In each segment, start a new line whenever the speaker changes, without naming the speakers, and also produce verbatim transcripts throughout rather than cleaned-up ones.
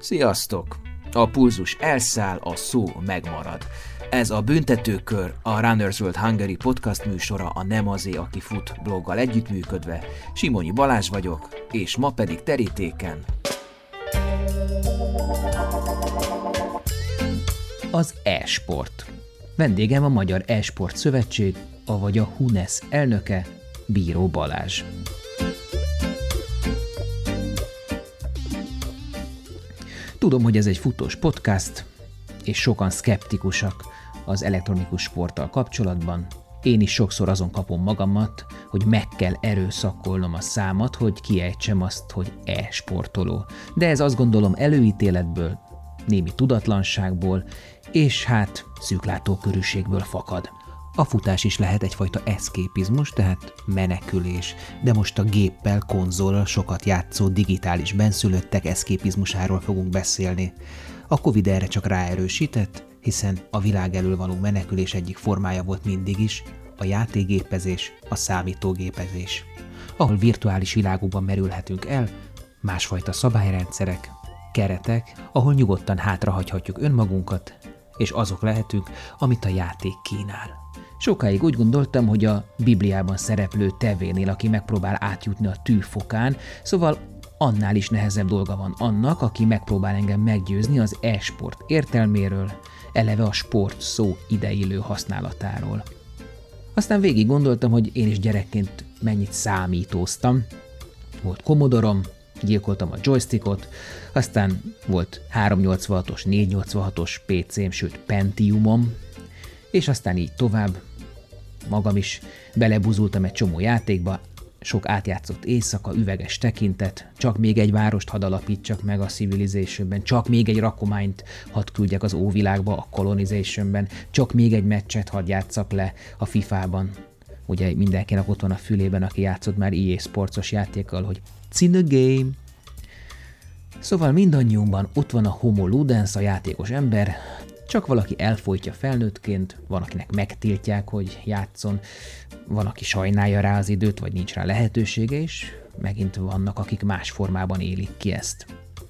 Sziasztok! A pulzus elszáll, a szó megmarad. Ez a Büntetőkör, a Runners World Hungary podcast műsora a Nem azé, aki fut bloggal együttműködve. Simonyi Balázs vagyok, és ma pedig terítéken az e-sport. Vendégem a Magyar E-sport Szövetség, avagy a HUNESZ elnöke, Bíró Balázs. Tudom, hogy ez egy futós podcast, és sokan szkeptikusak az elektronikus sporttal kapcsolatban. Én is sokszor azon kapom magamat, hogy meg kell erőszakolnom a számat, hogy kiejtsem azt, hogy e-sportoló. De ez azt gondolom előítéletből, némi tudatlanságból, és hát szűklátókörűségből fakad. A futás is lehet egyfajta eszképizmus, tehát menekülés, de most a géppel, konzollal sokat játszó digitális benszülöttek eszképizmusáról fogunk beszélni. A Covid erre csak ráerősített, hiszen a világ elől való menekülés egyik formája volt mindig is, a játékgépezés, a számítógépezés. Ahol virtuális világokban merülhetünk el, másfajta szabályrendszerek, keretek, ahol nyugodtan hátrahagyhatjuk önmagunkat, és azok lehetünk, amit a játék kínál. Sokáig úgy gondoltam, hogy a Bibliában szereplő tevénél, aki megpróbál átjutni a tűfokán, szóval annál is nehezebb dolga van annak, aki megpróbál engem meggyőzni az e-sport értelméről, eleve a sport szó ideillő használatáról. Aztán végig gondoltam, hogy én is gyerekként mennyit számítóztam. Volt Commodore-om, gyilkoltam a joystickot, aztán volt háromszáznyolcvanhatos, négyszáznyolcvanhatos pé cém, sőt Pentiumom, és aztán így tovább. Magam is belebuzultam egy csomó játékba, sok átjátszott éjszaka, üveges tekintet, csak még egy várost hadd alapítsak meg a Civilizationben, csak még egy rakományt hadd küldjek az óvilágba a Colonizationben, csak még egy meccset hadd játsszak le a fifában. Ugye mindenkinek ott van a fülében, aki játszott már í á Sportsos játékkal, hogy it's in the game. Szóval mindannyiunkban ott van a homo ludens, a játékos ember, csak valaki elfojtja felnőttként, van, akinek megtiltják, hogy játszon, van, aki sajnálja rá az időt, vagy nincs rá lehetősége, és megint vannak, akik más formában élik ki ezt.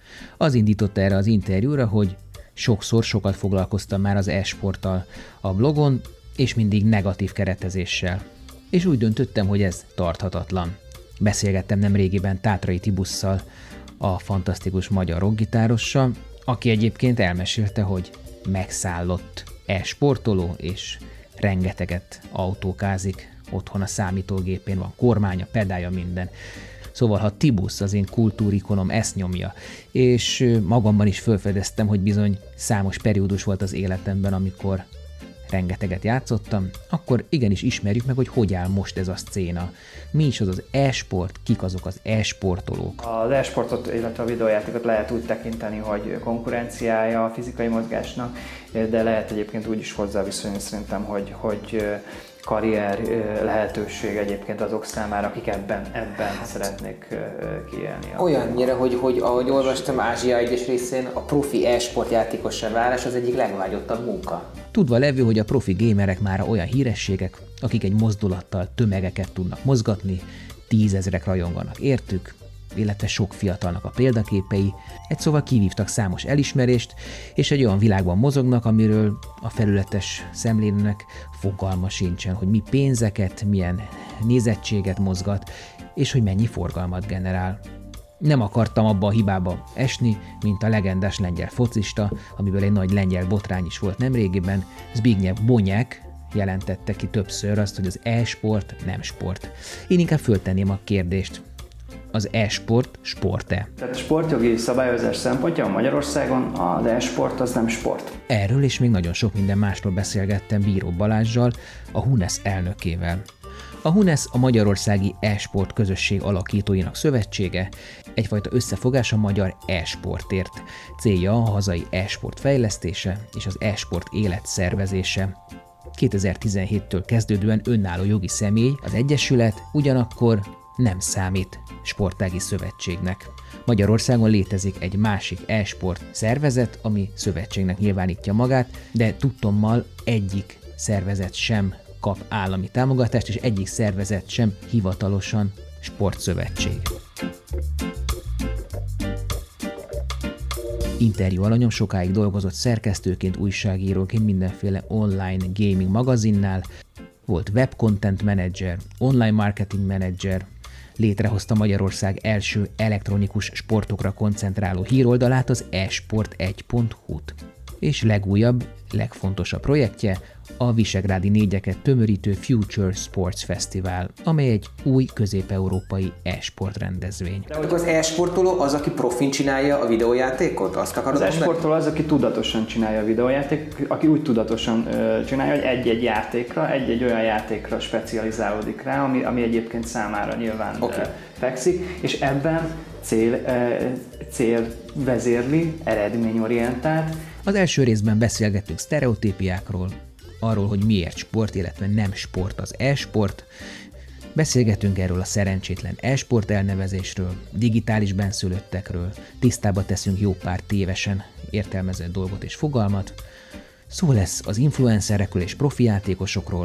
Az indította erre az interjúra, hogy sokszor sokat foglalkoztam már az e-sporttal a blogon, és mindig negatív keretezéssel. És úgy döntöttem, hogy ez tarthatatlan. Beszélgettem nemrégiben Tátrai Tibusszal, a fantasztikus magyar rockgitárossal, aki egyébként elmesélte, hogy megszállott e-sportoló, és rengeteget autókázik, otthon a számítógépén van kormánya, pedálja, minden. Szóval, ha Tibusz, az én kultúrikonom ezt nyomja, és magamban is felfedeztem, hogy bizony számos periódus volt az életemben, amikor rengeteget játszottam, akkor igenis ismerjük meg, hogy hogy áll most ez a szcéna. Mi is az az e-sport, kik azok az e-sportolók?
Az e-sportot, illetve a videójátékot lehet úgy tekinteni, hogy konkurenciája a fizikai mozgásnak, de lehet egyébként úgy is hozzá viszonyulni szerintem, hogy, hogy karrier lehetőség egyébként azok számára, akik ebben, ebben hát, szeretnék kiélni.
Olyannyira, hogy, hogy ahogy olvastam, Ázsia egyes részén a profi e-sport játékossá válás az egyik legvágyottabb munka.
Tudva levő, hogy a profi gémerek mára olyan hírességek, akik egy mozdulattal tömegeket tudnak mozgatni, tízezrek rajonganak értük, illetve sok fiatalnak a példaképei, egy szóval kivívtak számos elismerést, és egy olyan világban mozognak, amiről a felületes szemlélőnek fogalma sincsen, hogy mi pénzeket, milyen nézettséget mozgat, és hogy mennyi forgalmat generál. Nem akartam abba a hibába esni, mint a legendás lengyel focista, amiből egy nagy lengyel botrány is volt nemrégiben, Zbigniew Boniek jelentette ki többször azt, hogy az e-sport nem sport. Én inkább föltenném a kérdést, az e-sport sport-e?
Tehát a sportjogi szabályozás szempontja Magyarországon az e-sport az nem sport.
Erről és még nagyon sok minden másról beszélgettem Bíró Balázssal, a HUNESZ elnökével. A HUNESZ a Magyarországi E-sport Közösség Alakítóinak Szövetsége, egyfajta összefogás a magyar e-sportért. Célja a hazai e-sport fejlesztése és az e-sport élet szervezése. kétezer-tizenhéttől kezdődően önálló jogi személy, az egyesület ugyanakkor nem számít sportági szövetségnek. Magyarországon létezik egy másik e-sport szervezet, ami szövetségnek nyilvánítja magát, de tudtommal egyik szervezet sem kap állami támogatást, és egyik szervezet sem hivatalosan sportszövetség. Interjú alanyom sokáig dolgozott szerkesztőként, újságíróként mindenféle online gaming magazinnál, volt web content manager, online marketing manager, létrehozta Magyarország első elektronikus sportokra koncentráló híroldalát, az e sport egy pont hu-t. És legújabb, legfontosabb projektje a visegrádi négyeket tömörítő Future Sports Festival, amely egy új közép-európai e-sport rendezvény.
De az e-sportoló az, aki profin csinálja a videójátékot? Azt akarod
az e-sportoló az, aki tudatosan csinálja a videójátékot, aki úgy tudatosan ö, csinálja, hogy egy-egy játékra, egy-egy olyan játékra specializálódik rá, ami, ami egyébként számára nyilván okay. fekszik, és ebben cél, ö, cél vezérli, eredményorientált.
Az első részben beszélgettünk sztereotípiákról, arról, hogy miért sport, illetve nem sport az e-sport. Beszélgetünk erről a szerencsétlen e-sport elnevezésről, digitális benszülöttekről, tisztába teszünk jó pár tévesen értelmezett dolgot és fogalmat. Szó lesz az influencerekről és profi játékosokról,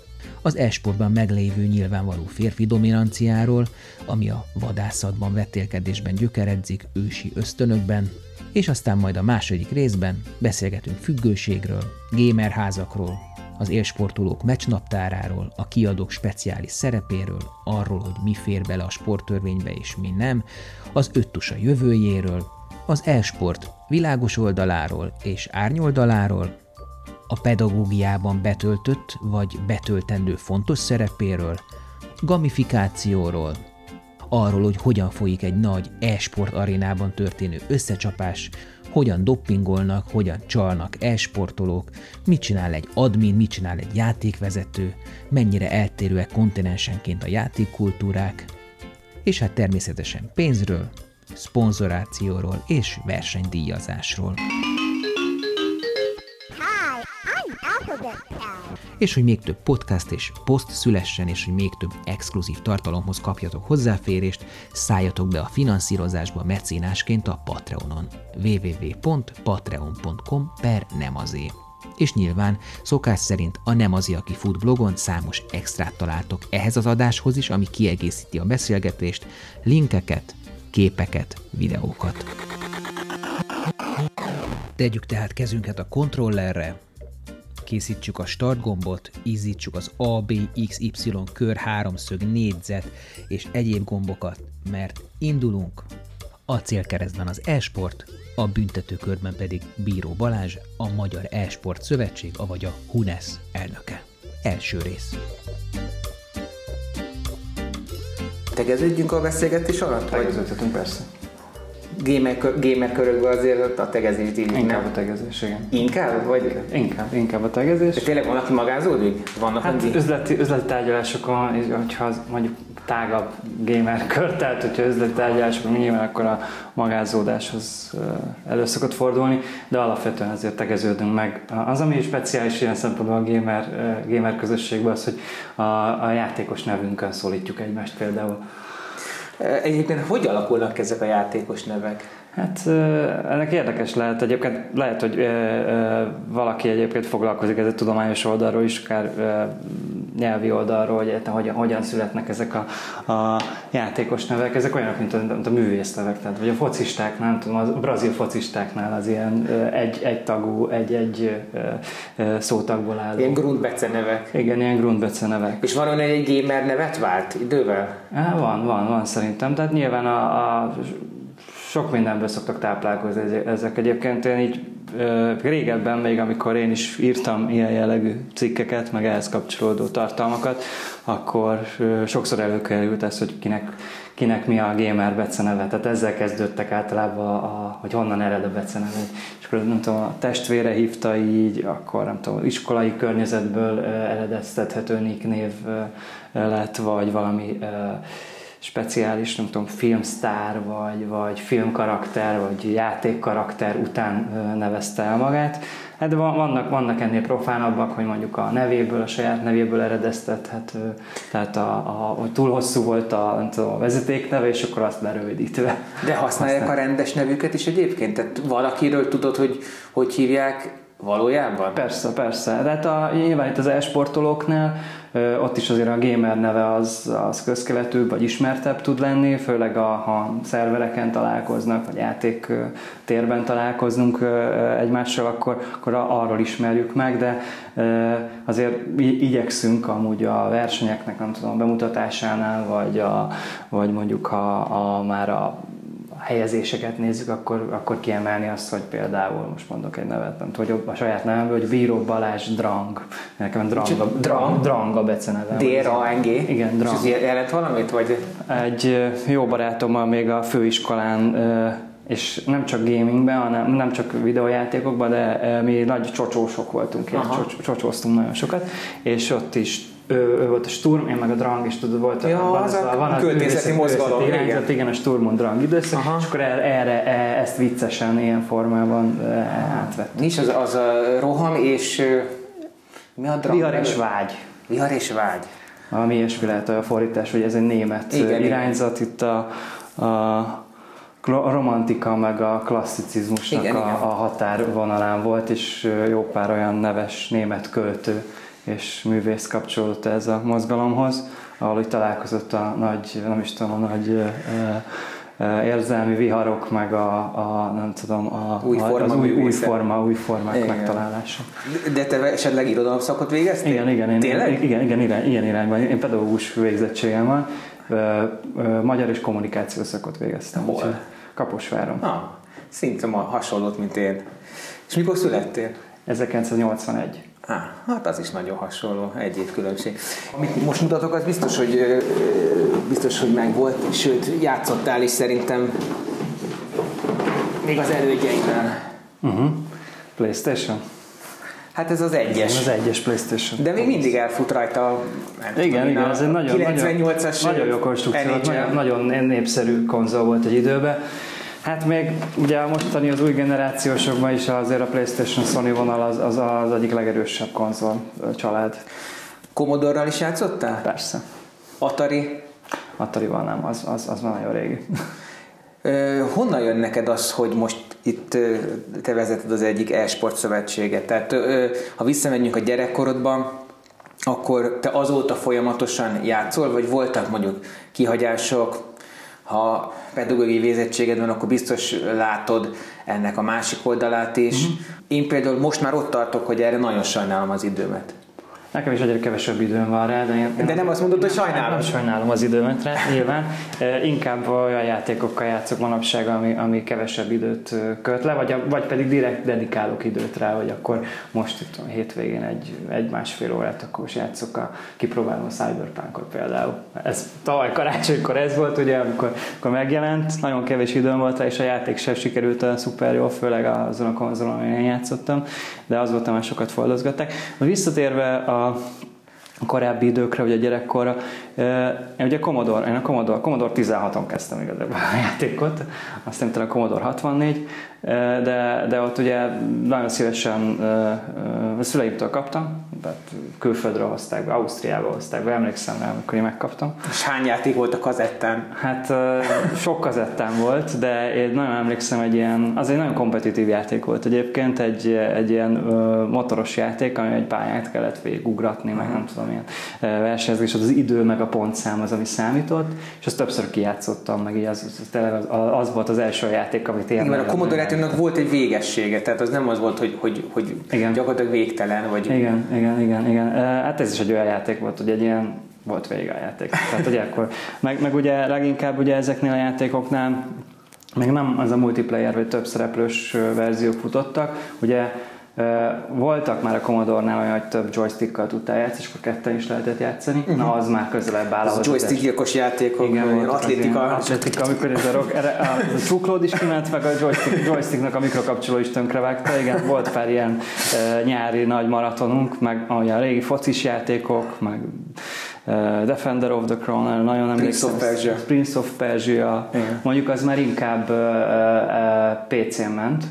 az e-sportban meglévő nyilvánvaló férfi dominanciáról, ami a vadászatban, vetélkedésben gyökeredzik, ősi ösztönökben, és aztán majd a második részben beszélgetünk függőségről, gamerházakról, az élsportolók meccsnaptáráról, a kiadók speciális szerepéről, arról, hogy mi fér bele a sporttörvénybe és mi nem, az öttusa jövőjéről, az e-sport világos oldaláról és árnyoldaláról, a pedagógiában betöltött vagy betöltendő fontos szerepéről, gamifikációról, arról, hogy hogyan folyik egy nagy e-sport arénában történő összecsapás, hogyan doppingolnak, hogyan csalnak e-sportolók, mit csinál egy admin, mit csinál egy játékvezető, mennyire eltérőek kontinensenként a játékkultúrák, és hát természetesen pénzről, szponzorációról és versenydíjazásról. És hogy még több podcast és poszt szülessen, és hogy még több exkluzív tartalomhoz kapjatok hozzáférést, szálljatok be a finanszírozásba mecénásként a Patreonon. double-u double-u double-u pont patreon pont com per nemazé. És nyilván szokás szerint a Nemazi, aki fut blogon számos extrát találtok ehhez az adáshoz is, ami kiegészíti a beszélgetést, linkeket, képeket, videókat. Tegyük tehát kezünket a kontrollerre, készítsük a start gombot, izzítsuk az A, B, X, Y, kör, háromszög, négyzet és egyéb gombokat, mert indulunk. A célkeresztben az e-sport, a büntetőkörben pedig Bíró Balázs, a Magyar E-sport Szövetség, avagy a HUNESZ elnöke. Első rész.
Tegeződjünk a beszélgetés alatt?
Tegeződhetünk, persze.
Gamer, gamer körökben azért a tegezés dílik,
Inkább
nem?
a tegezés, igen.
Inkább? Vagy?
Inkább, inkább a tegezés.
És tényleg van, aki magázódik? Vannak
Hát
annyi?
üzleti, üzleti tárgyalásokon, hogyha az mondjuk tágabb gamer kör, tehát hogyha üzleti tárgyalásokon nyilván akkor a magázódáshoz elő szokott fordulni, de alapvetően azért tegeződünk meg. Az, ami speciális ilyen szempontból a gamer, gamer közösségben az, hogy a, a játékos nevünkön szólítjuk egymást például.
Egyébként hogy alakulnak ezek a játékos nevek?
Hát ennek érdekes lehet. Egyébként lehet, hogy valaki egyébként foglalkozik ezzel tudományos oldalról is, akár nyelvi oldalról, hogy hogyan, hogyan születnek ezek a, a játékos nevek. Ezek olyanok, mint a, mint a művészlevek, tehát, vagy a focistáknál, nem tudom, a brazil focistáknál az ilyen egy, egy tagú, egy-egy szótagból álló.
Ilyen Grundbece nevek.
Igen, ilyen Grundbece nevek.
És van olyan, hogy egy gamer nevet vált idővel?
Há, van, van, van szerintem. Tehát nyilván a, a sok mindenből szoktak táplálkozni ezek. Egyébként én így régebben, még amikor én is írtam ilyen jellegű cikkeket, meg ehhez kapcsolódó tartalmakat, akkor sokszor előkerült ez, hogy kinek, kinek mi a gamer beceneve. Tehát ezzel kezdődtek általában, a, a, hogy honnan ered a beceneve. És akkor nem tudom, a testvére hívta így, akkor nem tudom, iskolai környezetből eredeztethető nicknév lett, vagy valami speciális, nem tudom, filmsztár, vagy, vagy filmkarakter, vagy játékkarakter után nevezte el magát. Hát vannak, vannak ennél profánabbak, hogy mondjuk a nevéből, a saját nevéből eredeztethető, tehát a, a, a túl hosszú volt a, nem tudom, a vezetékneve, és akkor azt lerövidítve.
De használják Aztán... a rendes nevüket is egyébként? Tehát valakiről tudod, hogy hogy hívják, Valójában?
Persze, persze. De hát a, nyilván itt az e-sportolóknál ö, ott is azért a gamer neve az, az közkeletűbb, vagy ismertebb tud lenni, főleg a, ha szervereken találkoznak, vagy játék ö, térben találkoznunk ö, egymással, akkor, akkor arról ismerjük meg, de ö, azért igyekszünk amúgy a versenyeknek, nem tudom, a bemutatásánál, vagy, a, vagy mondjuk ha a, már a helyezéseket nézzük, akkor, akkor kiemelni azt, hogy például, most mondok egy nevet, nem tudom, hogy a saját nevemből, hogy Bíró Balázs Drang. Nekem Drang, Drang, Drang a becenevem.
D R A N G?
Igen, Drang.
És ez jelent valamit? Vagy?
Egy jó barátommal még a főiskolán, és nem csak gamingben, hanem nem csak videójátékokban, de mi nagy csocsósok voltunk, csocsóztunk nagyon sokat, és ott is Ő, ő volt a Sturm, én meg a Drang, és tudod, volt
ja,
van
az a,
a, van
a költészeti mozgalom.
Igen. igen, a Sturmon Drang időszak, aha. És akkor erre, erre ezt viccesen ilyen formában átvettük.
Nincs az, az a roham és mi a Drang?
Vihar és vágy.
Vihar és vágy.
Ami ilyesmi lehet a fordítás, hogy ez egy német igen, irányzat, igen. Itt a, a a romantika meg a klasszicizmusnak igen, a, igen. a határvonalán volt, és jó pár olyan neves német költő és művész kapcsolódott ez a mozgalomhoz, ahol itt találkozott a nagy, nem is tudom, a nagy ö, ö, érzelmi viharok, meg a, a nem tudom, a,
új forma,
az új, új forma, új formák igen. megtalálása.
De te esetleg irodalomszakot végeztél?
Igen, igen, én, igen, igen, igen, igen, ilyen irányban. Én pedagógus végzettségem van, ö, ö, magyar és kommunikációs szakot végeztem.
Hol?
Kaposváron.
Ah, szinte hasonlót, mint én. És mikor születtél?
ezerkilencszáznyolcvanegy.
Ah, hát az is nagyon hasonló, egy év különbség. Amit most mutatok, az biztos, hogy, biztos, hogy megvolt, sőt, játszottál is szerintem még az elődjeinnel.
Uh-huh. PlayStation?
Hát ez az egyes.
Az egyes PlayStation.
De még mindig elfut rajta.
Igen, tudom, igen, ez egy nagyon,
kilencvennyolcas
nagyon jó konstrukció, nagyon, nagyon népszerű konzol volt egy időben. Hát még ugye a mostani az új generációsokban is azért a PlayStation Sony vonal az, az az egyik legerősebb konzol család.
Commodore-ral is játszottál?
Persze.
Atari?
Atari-val nem, az, az, az már nagyon régi.
Honnan jön neked az, hogy most itt te vezeted az egyik e-sport szövetséget? Tehát ha visszamegyünk a gyerekkorodban, akkor te azóta folyamatosan játszol, vagy voltak mondjuk kihagyások? Ha pedagógiai végzettséged van, akkor biztos látod ennek a másik oldalát is. Mm-hmm. Én például most már ott tartok, hogy erre nagyon sajnálom az időmet.
Nekem is egyre kevesebb időm van rá, de én...
De nem azt mondod, hogy sajnálom?
Nem sajnálom az időmet rá, nyilván. Inkább olyan játékokkal játszok manapság, ami, ami kevesebb időt köt le, vagy, vagy pedig direkt dedikálok időt rá, hogy akkor most itt a hétvégén egy, egy másfél órát akkor is játszok, a, kipróbálom a Cyberpunkot például. Ez tavaly karácsonykor ez volt, ugye, amikor, amikor megjelent, nagyon kevés időm volt rá, és a játék sem sikerült olyan szuper jól, főleg azon a konzolon, amin én játszottam, de az volt, amely sokat fordozgatták. Visszatérve a a korábbi időkre, vagy a gyerekkorra. Én ugye Commodore, én a Commodore, Commodore tizenhaton kezdtem igazából a játékot, aztán a Commodore hatvannégy, de, de ott ugye nagyon szívesen a szüleimtől kaptam, tehát külföldről hozták be, Ausztriába hozták be, emlékszem rá, amikor én megkaptam.
És hány játék volt a kazettán?
Hát sok kazettán volt, de én nagyon emlékszem, egy ilyen, az egy nagyon kompetitív játék volt egyébként, egy, egy ilyen motoros játék, ami egy pályát kellett végigugratni, meg nem tudom, ilyen versenyezni, és az, az idő, meg a pontszám az, ami számított, és azt többször kijátszottam, meg így az, az, tényleg az, az volt az első játék, amit én...
Igen, a Commodore játéknak volt egy végessége, tehát az nem az volt, hogy, hogy, hogy gyakorlatilag végtelen, vagy...
Igen, igen, igen, igen. Hát ez is egy olyan játék volt, hogy egy ilyen volt vége a játék. Tehát ugye akkor, meg, meg ugye leginkább ugye ezeknél a játékoknál meg nem az a multiplayer, vagy több szereplős verziók futottak, ugye voltak már a Commodore-nál olyan, hogy több joystickkal tudtál játszani, és akkor ketten is lehetett játszani. Uh-huh. Na, az már közelebb áll ahhoz.
Az joystick-gyilkos játékok, igen, atlétika.
Atlétika, amikor ez a, a, a csuklód is kiment, meg a joystick, joysticknak a mikrokapcsoló is tönkrevágta. Igen, volt pár ilyen e, nyári nagy maratonunk, meg olyan régi focis játékok, meg Uh, Defender of the Crown, nagyon emlékszem.
Prince of Persia.
Prince of Persia. Mondjuk az már inkább uh, uh, pé cén ment.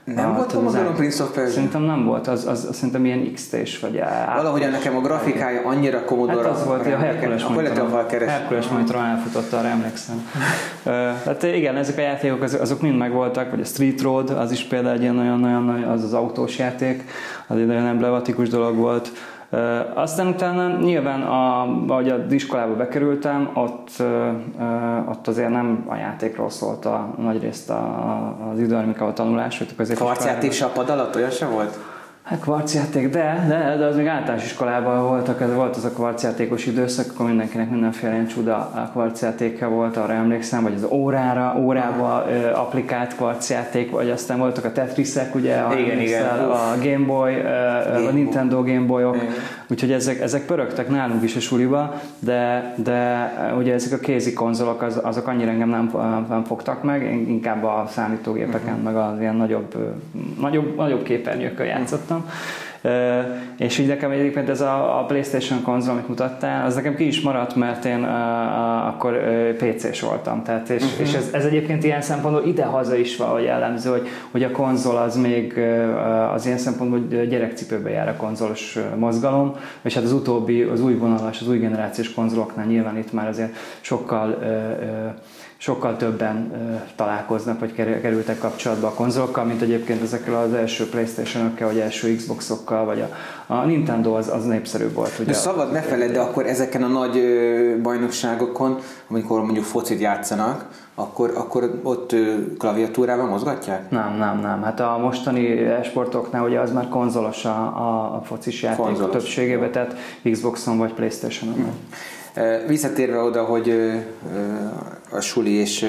Nem volt Commodore Prince of Persia?
Szerintem nem volt, az, az, az szerintem ilyen iksz té-s vagy á.
Valahogyan nekem a grafikája annyira Commodore.
Hát az volt, a Hercules monitoron, Hercules monitoron elfutott, arra emlékszem. Tehát igen, ezek a játékok azok mind megvoltak, vagy a Street Road, az is például egy ilyen nagyon-nagyon, az az autós játék, az egy nagyon emblematikus dolog volt. Uh, aztán utána nyilván, a, ahogy az iskolába bekerültem, ott, uh, ott azért nem a játékról szólt a, nagy részt a, a, az idő, amikor a tanulás, hogy azért...
Kvarcjáték se a pad alatt, olyan sem volt?
Hát kvarcjáték, de, de, de az még általános iskolában voltak, ez volt az a kvarcjátékos időszak, akkor mindenkinek mindenféle ilyen csuda kvarcjátéka volt, arra emlékszem, vagy az órára, órába ö, applikált kvarcjáték, vagy aztán voltak a Tetrisek, ugye, a,
igen, igen.
a Game Boy, ö, a Nintendo Game Boyok, igen. Úgyhogy ezek, ezek pörögtek nálunk is a suliba, de, de ugye ezek a kézi konzolok, az, azok annyira engem nem, nem fogtak meg, inkább a számítógépeken, uh-huh. meg az ilyen nagyobb, nagyobb, nagyobb képernyőkkel játszottam. Uh, és így nekem egyébként ez a, a PlayStation konzol, amit mutattál, az nekem ki is maradt, mert én uh, uh, akkor uh, pé cés voltam. Tehát, és, uh-huh. és ez, ez egyébként ilyen szempontból idehaza is valahogy jellemző, hogy, hogy a konzol az még uh, az ilyen szempontból gyerekcipőbe jár a konzolos mozgalom, és hát az utóbbi, az új vonalas, az új generációs konzoloknál nyilván itt már azért sokkal uh, uh, sokkal többen uh, találkoznak, vagy kerültek kapcsolatba a konzolokkal, mint egyébként ezekkel az első PlayStation-ökkel, vagy első Xbox-okkal, vagy a, a Nintendo az, az népszerűbb volt. Ugye?
De szabad ne feledd, de akkor ezeken a nagy ö, bajnokságokon, amikor mondjuk focit játszanak, akkor, akkor ott ö, klaviatúrával mozgatják?
Nem, nem, nem. Hát a mostani e-sportoknál ugye az már konzolos a, a, a focis játék konzolos. Többségében, tehát Xboxon vagy PlayStation-on. Hmm.
Visszatérve oda, hogy a suli és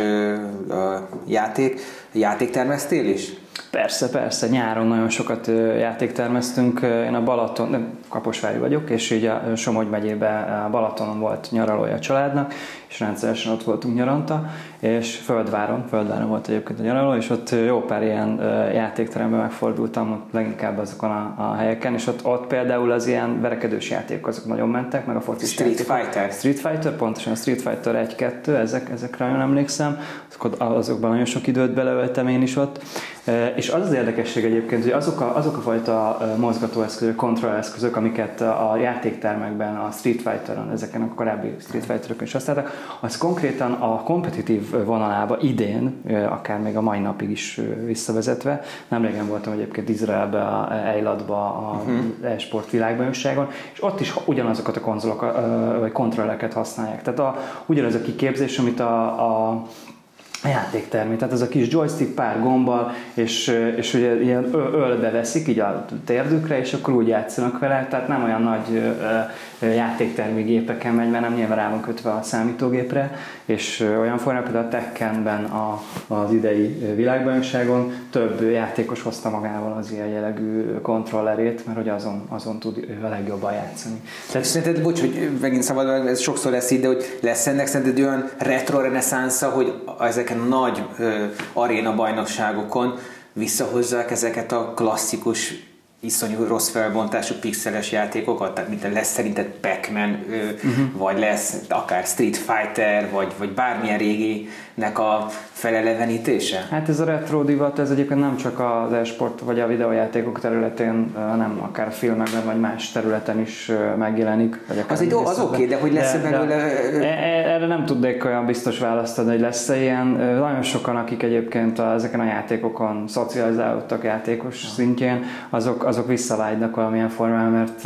a játék, játéktermesztél is?
Persze, persze. Nyáron nagyon sokat játéktermesztünk. Én a Balaton, nem, Kaposvári vagyok, és így a Somogy megyében a Balatonon volt nyaralója a családnak, és rendszeresen ott voltunk nyaranta, és Földváron, Földváron volt egyébként a nyaraló, és ott jó pár ilyen játékteremben megfordultam, ott leginkább azokon a, a helyeken, és ott, ott például az ilyen verekedős játékok azok nagyon mentek, meg a focis
Street
játékok.
Fighter.
Street Fighter, pontosan a Street Fighter egy kettő, ezek, ezekre nagyon emlékszem, azokban nagyon sok időt beleöltem én is ott. És az az érdekesség egyébként, hogy azok a, azok a fajta mozgatóeszközök, kontrolleszközök, amiket a játéktermekben, a Street Fighter-on, ezeken a korábbi Street Fighter-ökön is használtak, az konkrétan a kompetitív vonalába idén, akár még a mai napig is visszavezetve, nemrégen voltam egyébként Izraelbe, a Eilatba, a uh-huh. e-sport világbajnokságon, és ott is ugyanazokat a konzolokat, vagy kontrollereket használják. Tehát a, ugyanaz a kiképzés, amit a, a a játéktermi, tehát ez a kis joystick pár gombbal, és, és ugye ilyen ölbe veszik így a térdükre, és akkor úgy játszanak vele, tehát nem olyan nagy játéktermi gépeken megy, mert nem nyilván rá van kötve a számítógépre, és olyan formában például a Tekkenben a, az idei világbajnokságon több játékos hozta magával az ilyen jellegű kontrollerét, mert hogy azon, azon tud a legjobban játszani.
Tehát szerinted, bocs, hogy megint szabad, ez sokszor lesz így, de hogy lesz ennek szerinted olyan retro reneszánsza, hogy ezek a nagy ö, aréna bajnokságokon visszahozzák ezeket a klasszikus, iszonyú rossz felbontású pixeles játékokat, tehát mint lesz szerinted Pac-Man, ö, uh-huh. vagy lesz akár Street Fighter, vagy, vagy bármilyen réginek a felelevenítése?
Hát ez a retro divat, ez egyébként nem csak az e-sport vagy a videójátékok területén, hanem akár a filmekben vagy más területen is megjelenik.
Az, egy, az oké, okay, de hogy lesz-e belőle...
Erre nem tudnék olyan biztos választ adni, hogy lesz-e ilyen. Nagyon sokan, akik egyébként a, ezeken a játékokon szocializálódtak játékos szintjén, azok, azok visszavágynak valamilyen formán, mert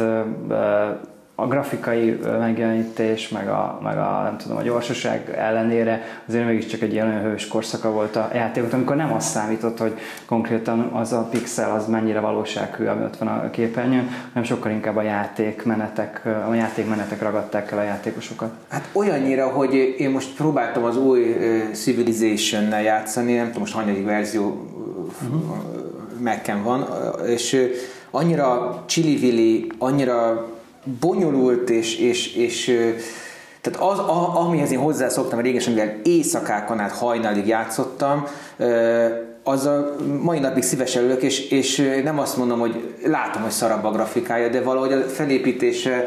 a grafikai megjelenítés, meg a, meg a, nem tudom, a gyorsaság ellenére azért mégiscsak egy ilyen olyan hős korszaka volt a játékot, amikor nem azt számított, hogy konkrétan az a pixel az mennyire valósághű, ami ott van a képernyőn, hanem sokkal inkább a játékmenetek, a játékmenetek ragadták el a játékosokat.
Hát olyannyira, hogy én most próbáltam az új uh, Civilization-nel játszani, nem tudom most hanyadik verzió uh-huh. Mac-en van, és uh, annyira csili-vili, annyira bonyolult, és, és, és tehát az, a, amihez én hozzászoktam régen, mivel éjszakákon át hajnalig játszottam, az a mai napig szívesen ülök, és, és nem azt mondom, hogy látom, hogy szarabb a grafikája, de valahogy a felépítése,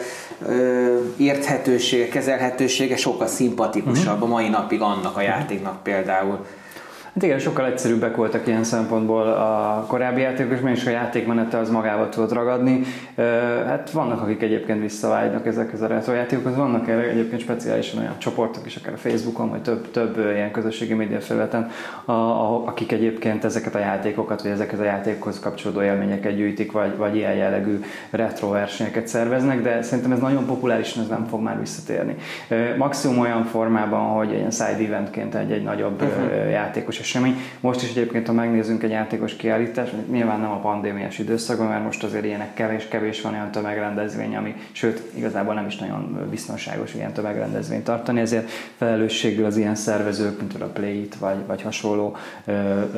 érthetősége, kezelhetősége sokkal szimpatikusabb uh-huh. a mai napig annak a játéknak például.
Hát igen, sokkal egyszerűbbek voltak ilyen szempontból a korábbi játékos, mert is a játékmenete az magával tudott ragadni. Hát vannak, akik egyébként visszavágynak ezekhez a retro játékokhoz, vannak erre egyébként speciálisan olyan csoportok is, akár a Facebookon, vagy több, több ilyen közösségi média felületen, akik egyébként ezeket a játékokat, vagy ezeket a játékokhoz kapcsolódó élményeket gyűjtik, vagy, vagy ilyen jellegű retro versenyeket szerveznek, de szerintem ez nagyon populáris, ez nem fog már visszatérni. Maximum olyan formában, hogy egy side eventként egy, egy nagyobb uh-huh. játékos esemény. Most is egyébként, ha megnézzünk egy játékos kiállítást, nyilván nem a pandémiás időszakban, mert most azért ilyenek kevés-kevés van olyan tömegrendezvény, ami, sőt, igazából nem is nagyon biztonságos ilyen tömegrendezvényt tartani, ezért felelősségül az ilyen szervezők, mint a Play-it, vagy, vagy hasonló ö,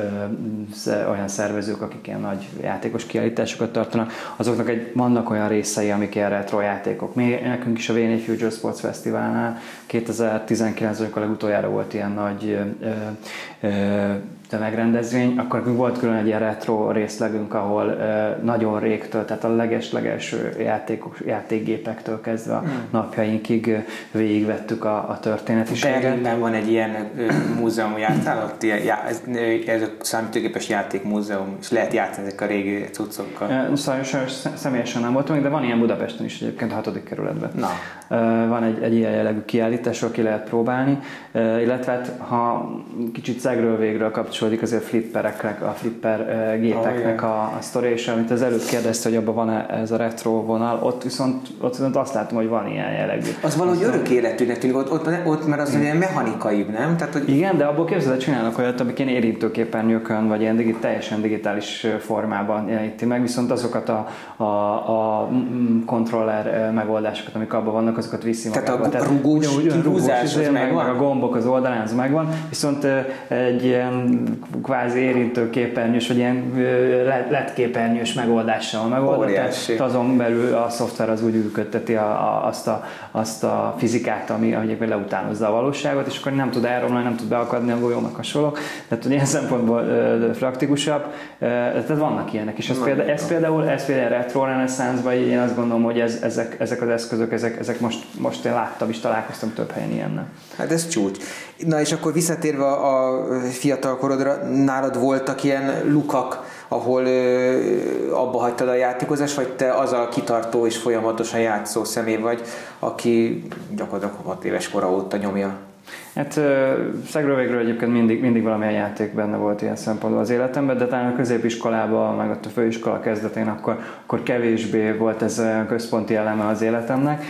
ö, olyan szervezők, akik ilyen nagy játékos kiállításokat tartanak, azoknak egy, vannak olyan részei, amik ilyen retro játékok. Mi nekünk is a vé négy Future Sports Fesztiválnál kétezer-tizenkilencben, amikor legutoljára volt ilyen nagy ö, ö, tömegrendezvény, akkor volt külön egy ilyen retro részlegünk, ahol uh, nagyon régtől, tehát a leges-legelső játékok, játékgépektől kezdve a hmm. napjainkig végigvettük a, a történetiséget.
Berlinben van egy ilyen uh, múzeum, jártál ott? Ilyen, já, ez, ez a számítógépes játékmúzeum, és lehet játszani ezek a régi cuccokkal.
Uh, sajnos személyesen nem voltunk, de van ilyen Budapesten is egyébként a hatodik kerületben.
Na.
Uh, van egy, egy ilyen jellegű kiállításról ki lehet próbálni, uh, illetve hát, ha kicsit szegről végről kapcsolódik azért a flippereknek, a flipper uh, gépeknek oh, a, a sztori, és amit az előbb kérdezte, hogy abban van ez a retro vonal, ott viszont, ott viszont azt látom, hogy van ilyen jellegű.
Az valahogy örök életűnek tűnik, ott, ott, ott mert az olyan mechanikaibb, nem? Tehát, hogy...
Igen, de abból képzeld, csinálnak olyat, amik ilyen érintőképernyőkön, vagy ilyen digit, teljesen digitális formában jeleníti meg, viszont azokat a, a, a kontroller megoldásokat, amik abban vannak, azokat viszi magával.
Tehát a rugós, kirúzás az megvan?
Meg a gombok az oldalán, az megvan, viszont egy ilyen kvázi érintőképernyős, vagy ilyen led képernyős megoldással megoldott. Tehát azon belül a szoftver az úgy működteti a, a, azt, a, azt a fizikát, ami egyébként leutánozza a valóságot, és akkor nem tud elromlani, nem tud beakadni a golyó, meg hasonlók. Tehát ilyen szempontból praktikusabb. Tehát vannak ilyenek is. Ez például, ez például, ez például retro reneszánszban, én azt gondolom, hogy ez, ezek, ezek az eszközök, ezek, ezek most, most én láttam is, találkoztam több helyen ilyennel.
Hát ez csúcs. Na és akkor visszatérve a fiatal korodra, nálad voltak ilyen lukak, ahol ö, abba hagytad a játékozást, vagy te az a kitartó és folyamatosan játszó személy vagy, aki gyakorlatilag hat éves kora óta nyomja?
Hát szegről végről egyébként mindig, mindig valamilyen játék benne volt ilyen szempontból az életemben, de talán a középiskolában, meg ott a főiskola kezdetén akkor, akkor kevésbé volt ez a központi eleme az életemnek.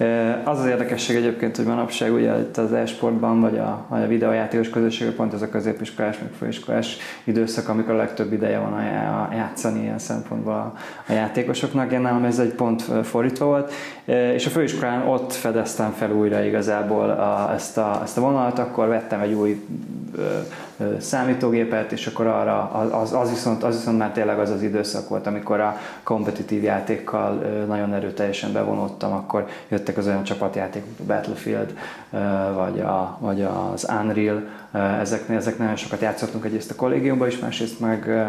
Az az érdekesség egyébként, hogy manapság ugye itt az e-sportban, vagy a, a videójátékos közösségben pont ez a középiskolás, meg főiskolás időszak, amikor a legtöbb ideje van a, a játszani ilyen szempontból a, a játékosoknak. Én nálam ez egy pont fordítva volt, és a főiskolán ott fedeztem fel újra igazából a, ezt, a, ezt a vonalat, akkor vettem egy új ö, ö, számítógépet, és akkor arra az, az, viszont, az viszont már tényleg az az időszak volt, amikor a kompetitív játékkal ö, nagyon erőteljesen bevonódtam, akkor jöttek az olyan csapatjátékok, a Battlefield, ö, vagy, a, vagy az Unreal, ezek, ezek nagyon sokat játszottunk egyrészt a kollégiumban is, másrészt meg ö,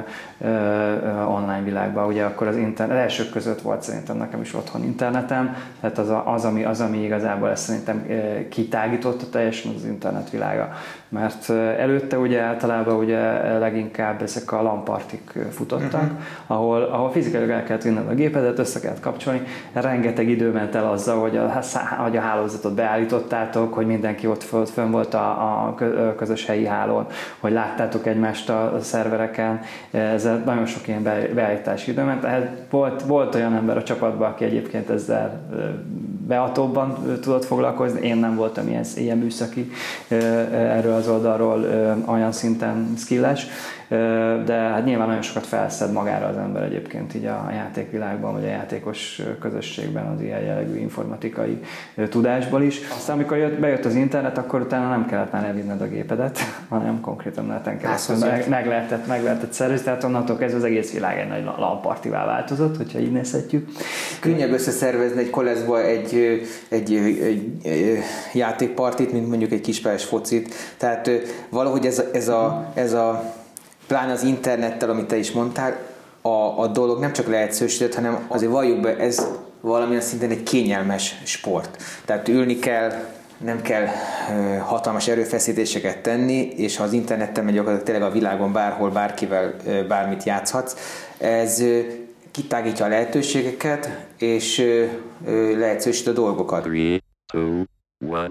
ö, online világban, ugye akkor az internet, elsők között volt szerintem nekem is otthon internetem, tehát az, a, az, ami, az ami igazából ezt szerintem kitágította teljesen az internetvilága, mert előtte ugye általában ugye leginkább ezek a LAN-partik futottak, uh-huh. ahol, ahol fizikailag el kellett vinned a gépedet, össze kellett kapcsolni, rengeteg idő ment el azzal, hogy a, hogy a hálózatot beállítottátok, hogy mindenki ott fönn volt a, a közös helyi hálón, hogy láttátok egymást a szervereken, ezzel nagyon sok ilyen beállítási idő ment. Tehát volt, volt olyan ember a csapatban, aki egyébként ezzel beatóbban tudott foglalkozni, én nem voltam ilyen, ilyen műszaki erről az oldalról olyan szinten skilles, de hát nyilván nagyon sokat felszed magára az ember egyébként így a játékvilágban, vagy a játékos közösségben az ilyen jellegű informatikai tudásból is. Aztán amikor jött, bejött az internet, akkor utána nem kellett már elvinned a gépedet, hanem konkrétan neten keresztül meg, meg, lehetett, meg lehetett szervezni, tehát onnantól kezdve az egész világ egy nagy LAN-partivá változott, hogyha így nézhetjük.
Könnyebb összeszervezni egy koleszba egy, egy, egy, egy játékpartit, mint mondjuk egy kispályás focit, tehát valahogy ez a, ez a, ez a pláne az internettel, amit te is mondtál, a, a dolog nem csak leegyszerűsített, hanem azért valljuk be, ez valamilyen szinten egy kényelmes sport. Tehát ülni kell, nem kell hatalmas erőfeszítéseket tenni, és ha az interneten megy, akkor tényleg a világon bárhol, bárkivel bármit játszhatsz. Ez kitágítja a lehetőségeket, és leegyszerűsít a dolgokat.
Three, two, one.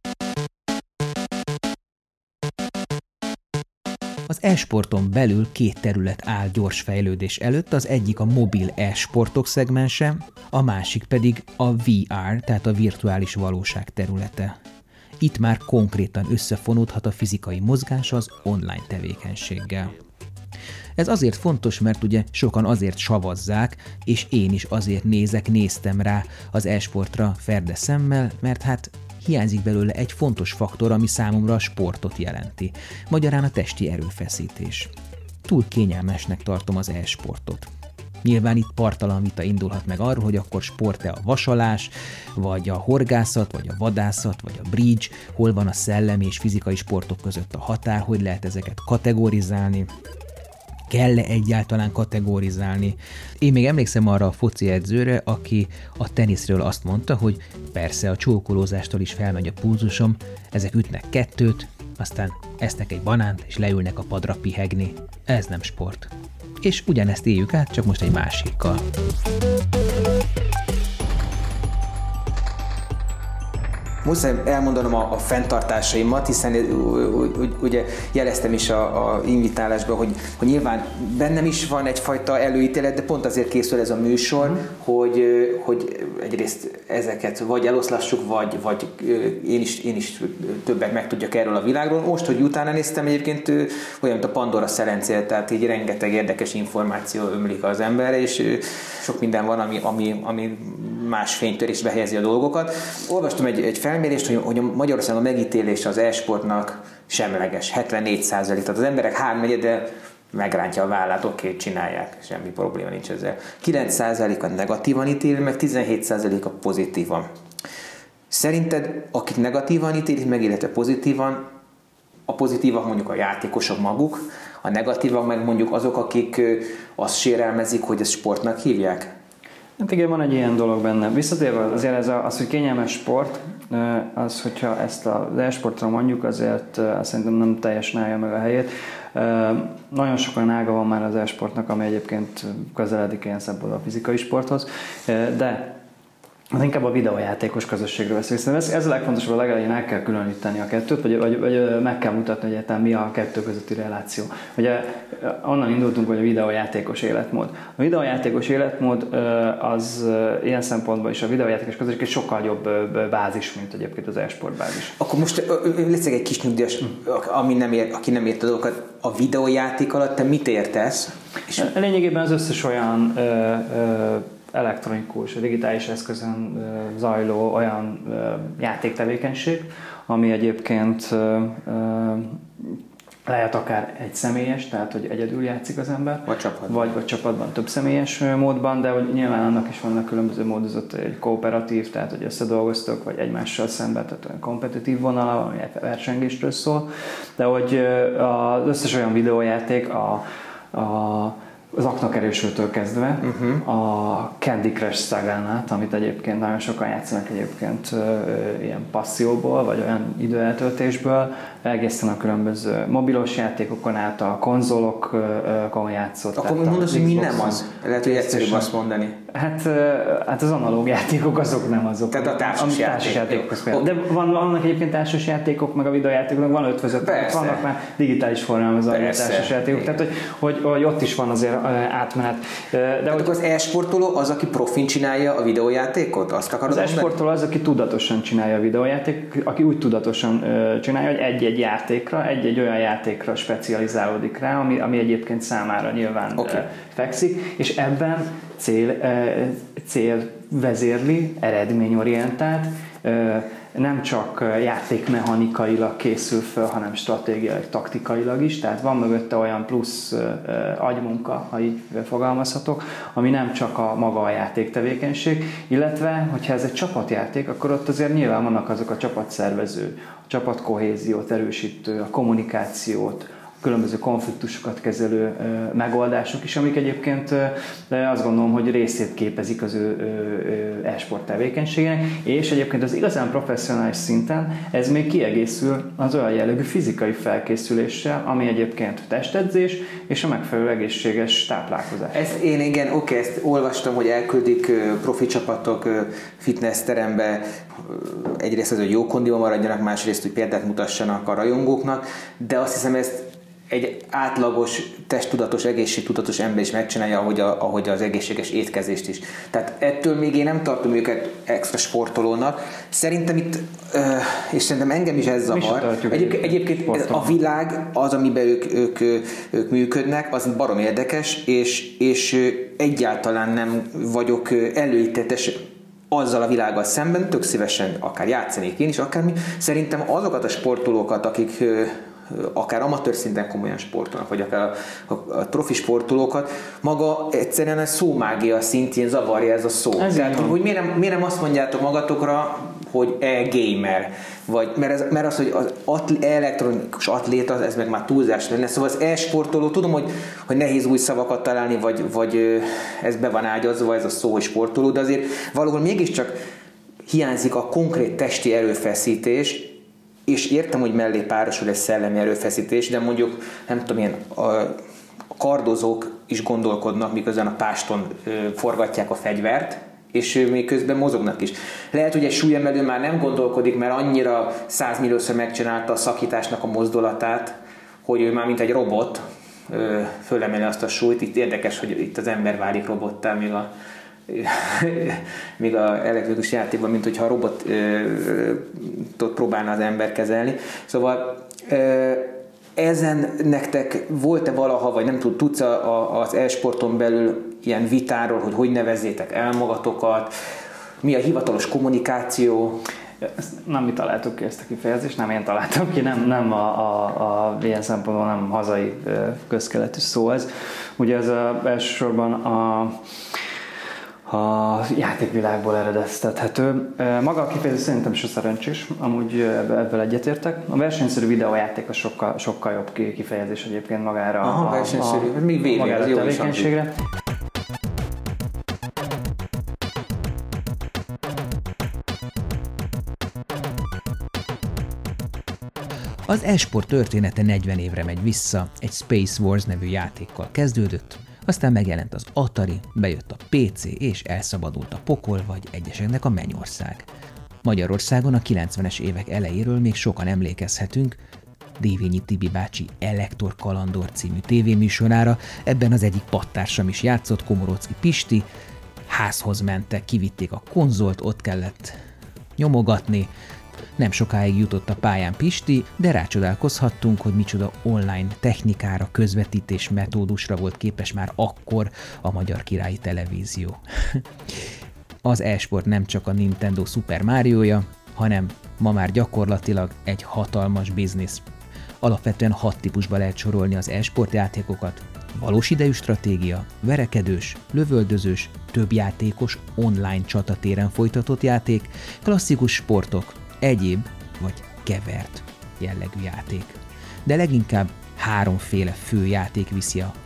Az e-sporton belül két terület áll gyors fejlődés előtt, az egyik a mobil e-sportok szegmense, a másik pedig a vé er, tehát a virtuális valóság területe. Itt már konkrétan összefonódhat a fizikai mozgás az online tevékenységgel. Ez azért fontos, mert ugye sokan azért savazzák, és én is azért nézek, néztem rá az e-sportra ferde szemmel, mert hát hiányzik belőle egy fontos faktor, ami számomra a sportot jelenti. Magyarán a testi erőfeszítés. Túl kényelmesnek tartom az e-sportot. Nyilván itt parttalan vita indulhat meg arról, hogy akkor sport-e a vasalás, vagy a horgászat, vagy a vadászat, vagy a bridge, hol van a szellemi és fizikai sportok között a határ, hogy lehet ezeket kategorizálni, kell-e egyáltalán kategorizálni. Én még emlékszem arra a foci edzőre, aki a teniszről azt mondta, hogy persze a csókolózástól is felmegy a pulzusom, ezek ütnek kettőt, aztán esznek egy banánt, és leülnek a padra pihegni. Ez nem sport. És ugyanezt éljük át, csak most egy másikkal.
Muszáj elmondanom a, a fenntartásaimat, hiszen ugye jeleztem is a, a invitálásban, hogy, hogy nyilván bennem is van egyfajta előítélet, de pont azért készül ez a műsor, mm. hogy, hogy egyrészt ezeket vagy eloszlassuk, vagy, vagy én, is, én is többet megtudjak erről a világról. Most, hogy utána néztem, egyébként olyan, mint a Pandora szelencéje, tehát így rengeteg érdekes információ ömlik az emberre, és sok minden van, ami, ami, ami más fénytörésbe helyezi a dolgokat. Olvastam egy, egy felmérést, hogy, hogy Magyarországon a megítélése az e-sportnak semleges, hetvennégy százalék. Tehát az emberek háromnegyede megrántja a vállát, oké, okay, csinálják, semmi probléma nincs ezzel. kilenc százalék a negatívan ítéli, meg tizenhét százalék a pozitívan. Szerinted, akik negatívan ítélik, meg illetve pozitívan, a pozitívak mondjuk a játékosok maguk, a negatívak meg mondjuk azok, akik azt sérelmezik, hogy ezt sportnak hívják?
Hát igen, van egy ilyen dolog benne. Visszatérve azért ez az, hogy kényelmes sport, az, hogyha ezt az e-sportra mondjuk, azért azt szerintem nem teljesen állja meg a helyét. Nagyon sok olyan ága van már az e-sportnak, ami egyébként közeledik ilyen szempontból a fizikai sporthoz, de az inkább a videójátékos közösségről beszélünk. Ez, ez a legfontosabb, a legelején el kell különíteni a kettőt, vagy, vagy, vagy meg kell mutatni, hogy egyáltalán mi a kettő közötti reláció. Ugye onnan indultunk, hogy a videójátékos életmód. A videójátékos életmód az ilyen szempontból is a videójátékos közösség egy sokkal jobb bázis, mint egyébként az e-sport bázis.
Akkor most lesz egy kis nyugdíjas, ami nem ért, aki nem ért a dolgokat. A videójáték alatt te mit értesz? És...
Lényegében az összes olyan ö, ö, elektronikus, digitális eszközön zajló olyan játéktevékenység, ami egyébként lehet akár egy személyes, tehát hogy egyedül játszik az ember,
vagy csapatban,
vagy, vagy csapatban több személyes módban, de hogy nyilván annak is vannak különböző módozat, egy kooperatív, tehát hogy összedolgoztok, vagy egymással szemben, tehát olyan kompetitív vonala, ami versengésről szól, de hogy az összes olyan videójáték a, a az aknakerésőtől kezdve uh-huh. a Candy Crush szagán át, amit egyébként nagyon sokan játszanak egyébként ö, ö, ilyen passzióból, vagy olyan időeltöltésből, egészen a különböző mobilos játékokon át, a konzolokon játszott.
Akkor mondasz, hogy mi nem az? Lehet, hogy egyszerűbb azt mondani.
Hát, hát az analóg játékok azok nem azok.
Tehát a társas játék.
játékok. De van, vannak egyébként társas játékok, meg a videójátékok, van ötvözött, vannak már digitális formában az társas játékok. Tehát, hogy, hogy, hogy ott is van azért átmenet. De
hogy akkor az e-sportoló az, aki profin csinálja a videójátékot? Azt akarod
az e-sportoló az, aki tudatosan csinálja a videójáték, aki úgy tudatosan csinálja, hogy egy-egy játékra, egy-egy olyan játékra specializálódik rá, ami, ami egyébként számára nyilván okay. fekszik, és ebben cél, cél vezérli, eredményorientált, nem csak játékmechanikailag készül föl, hanem stratégiailag, taktikailag is, tehát van mögötte olyan plusz agymunka, ha így fogalmazhatok, ami nem csak a maga a játéktevékenység, illetve, hogyha ez egy csapatjáték, akkor ott azért nyilván vannak azok a csapatszervező, a csapatkohéziót erősítő, a kommunikációt, különböző konfliktusokat kezelő megoldások is, amik egyébként azt gondolom, hogy részét képezik az ő e-sport tevékenységének, és egyébként az igazán professzionális szinten ez még kiegészül az olyan jellegű fizikai felkészüléssel, ami egyébként testedzés és a megfelelő egészséges táplálkozás.
Ez én igen, oké, ezt olvastam, hogy elküldik profi csapatok fitnessterembe, egyrészt az, hogy jó kondiban maradjanak, másrészt, hogy példát mutassanak a rajongóknak, de azt hiszem, ezt egy átlagos, testtudatos, egészségtudatos ember is megcsinálja, ahogy, a, ahogy az egészséges étkezést is. Tehát ettől még én nem tartom őket extra sportolónak. Szerintem itt, és szerintem engem is ez zavar. Egyébként, egyébként a világ, az, amiben ők, ők, ők működnek, az barom érdekes, és, és egyáltalán nem vagyok előítéletes azzal a világgal szemben, tök szívesen akár játszanék én is, akármi. Szerintem azokat a sportolókat, akik akár amatőr szinten komolyan sportolnak, vagy akár a, a, a profi sportolókat, maga egyszerűen a szómágia szintjén zavarja ez a szó. Ez Tehát, hogy miért nem, miért nem azt mondjátok magatokra, hogy e-gamer, vagy, mert, ez, mert az, hogy az atl- elektronikus atléta, ez meg már túlzás lenne. Szóval az e-sportoló, tudom, hogy, hogy nehéz új szavakat találni, vagy, vagy ez be van ágyazva, ez a szó, hogy sportoló, de azért valahol mégiscsak hiányzik a konkrét testi erőfeszítés, és értem, hogy mellé párosul egy szellemi erőfeszítés, de mondjuk, nem tudom, ilyen a kardozók is gondolkodnak, miközben a páston forgatják a fegyvert, és még közben mozognak is. Lehet, hogy egy súlyemelő már nem gondolkodik, mert annyira százmilliószor megcsinálta a szakításnak a mozdulatát, hogy ő már mint egy robot fölemeli azt a súlyt. Itt érdekes, hogy itt az ember válik robottá, míg a még az elektronikus játékban, mint hogyha a robotot próbálna az ember kezelni. Szóval ezen nektek volt-e valaha, vagy nem tud, tudsz az e-sporton belül ilyen vitáról, hogy hogy nevezzétek el magatokat, mi a hivatalos kommunikáció?
Ezt nem mi találtuk ki ezt a kifejezést, nem én találtam ki, nem, nem a, a, a ilyen szempontból nem hazai közkeletű szó ez. Ugye ez a, elsősorban a a játékvilágból eredeztethető. Maga a kifejezés szerintem is a szerencsés, amúgy ebből egyetértek. A versenyszerű videójáték a sokkal, sokkal jobb kifejezés egyébként magára.
Aha,
a,
versenyszerű,
a,
még véli,
magára
az
a tevékenységre.
Az e-sport története negyven évre megy vissza, egy Space Wars nevű játékkal kezdődött, aztán megjelent az Atari, bejött a pé cé és elszabadult a pokol vagy egyeseknek a mennyország. Magyarországon a kilencvenes évek elejéről még sokan emlékezhetünk Dévényi Tibi bácsi Elektor Kalandor című tévéműsorára, ebben az egyik pattársam is játszott, Komorocki Pisti, házhoz mentek, kivitték a konzolt, ott kellett nyomogatni. Nem sokáig jutott a pályán Pisti, de rácsodálkozhattunk, hogy micsoda online technikára, közvetítés metódusra volt képes már akkor a Magyar Királyi Televízió. Az e-sport nem csak a Nintendo Super Mario-ja, hanem ma már gyakorlatilag egy hatalmas biznisz. Alapvetően hat típusba lehet sorolni az e-sport játékokat: valós idejű stratégia, verekedős, lövöldözős, többjátékos, online csatatéren folytatott játék, klasszikus sportok, egyéb vagy kevert jellegű játék. De leginkább háromféle fő játék viszi a...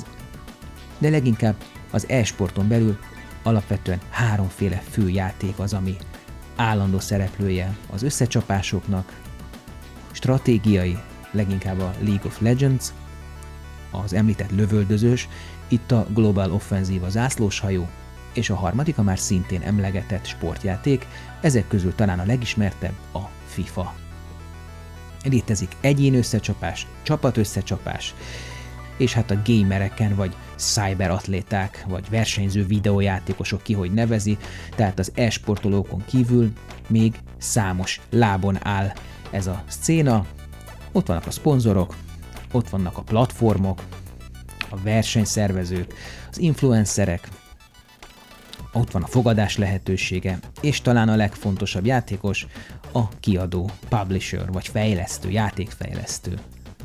De leginkább az e-sporton belül alapvetően háromféle fő játék az, ami állandó szereplője az összecsapásoknak, stratégiai, leginkább a League of Legends, az említett lövöldözős, itt a Global Offensive a zászlóshajó, és a harmadik a már szintén emlegetett sportjáték, ezek közül talán a legismertebb a FIFA. Létezik egyén összecsapás, csapat összecsapás, és hát a gamereken vagy cyberatléták, vagy versenyző videójátékosok ki hogy nevezi, tehát az e-sportolókon kívül még számos lábon áll ez a szcéna. Ott vannak a szponzorok, ott vannak a platformok, a versenyszervezők, az influencerek, ott van a fogadás lehetősége, és talán a legfontosabb játékos, a kiadó, publisher vagy fejlesztő, játékfejlesztő.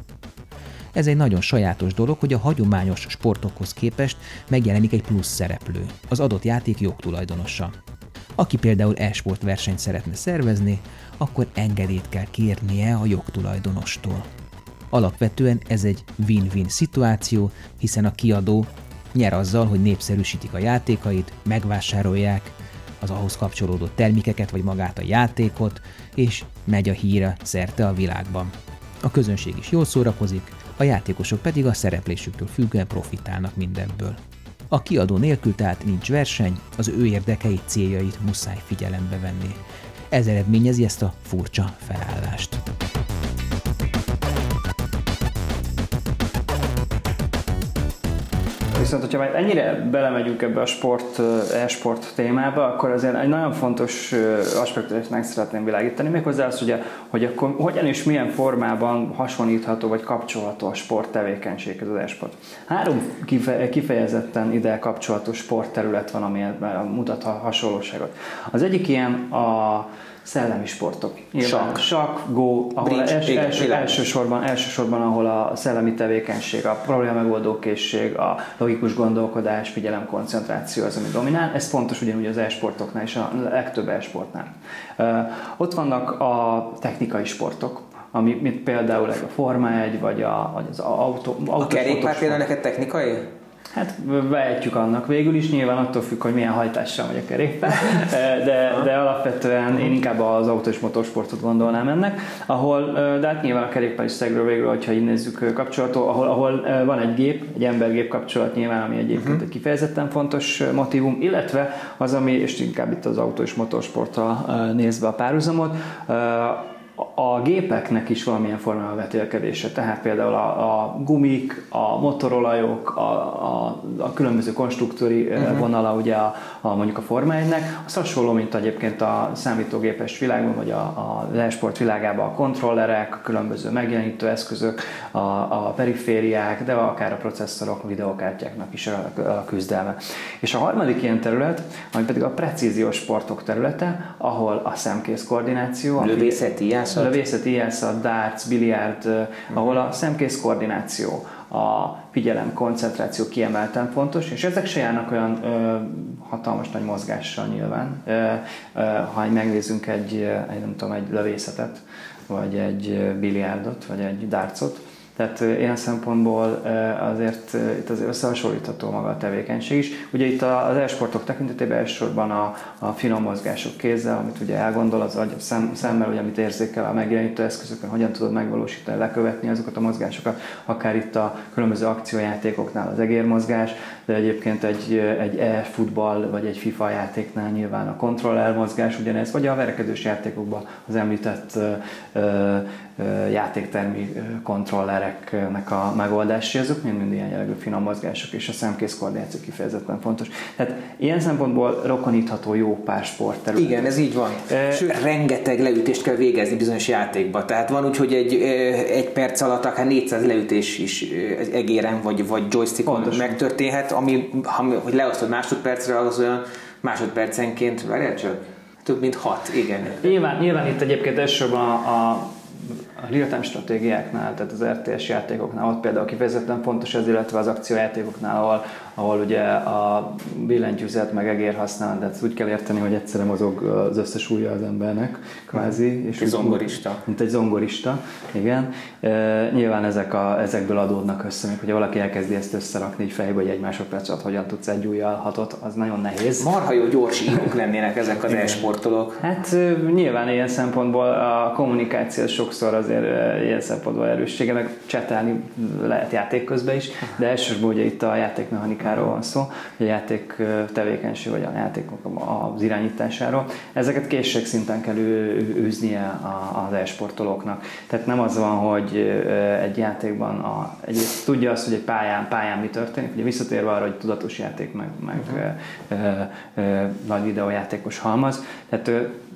Ez egy nagyon sajátos dolog, hogy a hagyományos sportokhoz képest megjelenik egy plusz szereplő, az adott játék jogtulajdonosa. Aki például e-sport versenyt szeretne szervezni, akkor engedélyt kell kérnie a jogtulajdonostól. Alapvetően ez egy win-win szituáció, hiszen a kiadó nyer azzal, hogy népszerűsítik a játékait, megvásárolják az ahhoz kapcsolódó termékeket, vagy magát a játékot, és megy a híre szerte a világban. A közönség is jól szórakozik, a játékosok pedig a szereplésüktől függően profitálnak mindebből. A kiadó nélkül tehát nincs verseny, az ő érdekeit, céljait muszáj figyelembe venni. Ez eredményezi ezt a furcsa felállást.
Viszont, hogyha már ennyire belemegyünk ebbe a sport, e-sport témába, akkor azért egy nagyon fontos aspektust meg szeretném világítani, méghozzá az, hogy, hogy akkor hogyan és milyen formában hasonlítható vagy kapcsolható a sport tevékenységhez az e-sport. Három kifejezetten ide kapcsolatos sportterület van, ami mutat hasonlóságot. Az egyik ilyen a szellemi sportok.
Sakk.
Sakk, go, ahol
Bridge,
els,
igen,
első, elsősorban, elsősorban, ahol a szellemi tevékenység, a problémamegoldó készség, a logikus gondolkodás, figyelem, koncentráció az, ami dominál. Ez fontos ugyanúgy az e-sportoknál és a legtöbb e-sportnál. Uh, ott vannak a technikai sportok, ami, mint például a Forma egy, vagy, a, vagy az autó.
A kerékpár például neked technikai?
Hát vehetjük annak végül is, nyilván attól függ, hogy milyen hajtással megy a kerékpár, de, de alapvetően én inkább az autó és motorsportot gondolnám ennek, ahol, de hát nyilván a kerékpár is szegről végül, hogyha így nézzük kapcsolató, ahol, ahol van egy gép, egy ember-gép kapcsolat nyilván, ami egyébként uh-huh. egy kifejezetten fontos motívum, illetve az, ami, és inkább itt az autó és motorsporttal nézve a párhuzamot, a gépeknek is valamilyen formában vetélkedése, tehát például a, a gumik, a motorolajok, a, a, a különböző konstruktori uh-huh. vonala ugye a, a, mondjuk a Forma egynek, az hasonló, mint egyébként a számítógépes világban, vagy a, a e-sport világában a kontrollerek, a különböző megjelenítő eszközök, a, a perifériák, de akár a processzorok, a videokártyáknak is a, a küzdelme. És a harmadik ilyen terület, ami pedig a precíziós sportok területe, ahol a szemkész koordináció,
lövészeti jászat,
lövészeti jászat, darts, biliárd, uh, ahol a szemkész koordináció, a figyelem, koncentráció kiemelten fontos, és ezek se járnak olyan ö, hatalmas nagy mozgással nyilván. Ö, ö, ha megnézzünk egy, egy, nem tudom, egy lövészetet, vagy egy biliárdot, vagy egy dartsot, tehát ilyen szempontból azért itt azért összehasonlítható maga a tevékenység is. Ugye itt az e-sportok tekintetében elsősorban a, a finom mozgások kézzel, amit ugye elgondol az agy, szem, szemmel, ugye, amit érzékel a megjelenítő eszközökön, hogyan tudod megvalósítani, lekövetni azokat a mozgásokat, akár itt a különböző akciójátékoknál az egérmozgás, de egyébként egy, egy e-futball vagy egy FIFA játéknál nyilván a kontroller mozgás ugyanez, vagy a verekedős játékokban az említett ö, ö, játéktermi kontrollereknek a megoldásai, azok mind-mind ilyen jellegű finom mozgások, és a szemkész koordináció kifejezetten fontos. Tehát ilyen szempontból rokonítható jó pár sportterület.
Igen, ez így van. E... Sőt, rengeteg leütést kell végezni bizonyos játékban. Tehát van úgy, hogy egy, egy perc alatt akár négyszáz leütés is egéren vagy, vagy joystickon pontosan megtörténhet, ami, hogy leosztod másodpercre, az olyan másodpercenként, várjál csak, több mint hat, igen.
Nyilván, nyilván itt egyébként elsősorban a, a a real-time stratégiáknál, tehát az er té es játékoknál, ott például kifejezetten fontos ez, illetve az akciójátékoknál, ahol, ahol ugye a billentyűzet meg egér használ, de ezt úgy kell érteni, hogy egyszerre mozog az összes ujja az embernek, kvázi.
És egy zongorista.
Mint egy zongorista, igen. E, nyilván ezek a, ezekből adódnak össze, még hogyha valaki elkezdi ezt összerakni így fejbe, hogy egy másodperc alatt hogyan tudsz egy ujjal hatot, az nagyon nehéz.
Marha jó gyors írók lennének ezek az e-sportolók.
Hát nyilván ilyen szempontból a kommunikáció sokszor azért ilyen szempontból erőssége, meg csetelni lehet játék közben is, de elsősorban ugye itt a játékmechanikáról van szó, a játék tevékenység, vagy a játékok az irányításáról. Ezeket készségszinten kell űznie az e-sportolóknak. Tehát nem az van, hogy egy játékban a, egy, tudja azt, hogy egy pályán, pályán mi történik, ugye visszatérve arra, hogy tudatos játék, meg, meg uh-huh. ö, ö, ö, nagy videójátékos halmaz. Tehát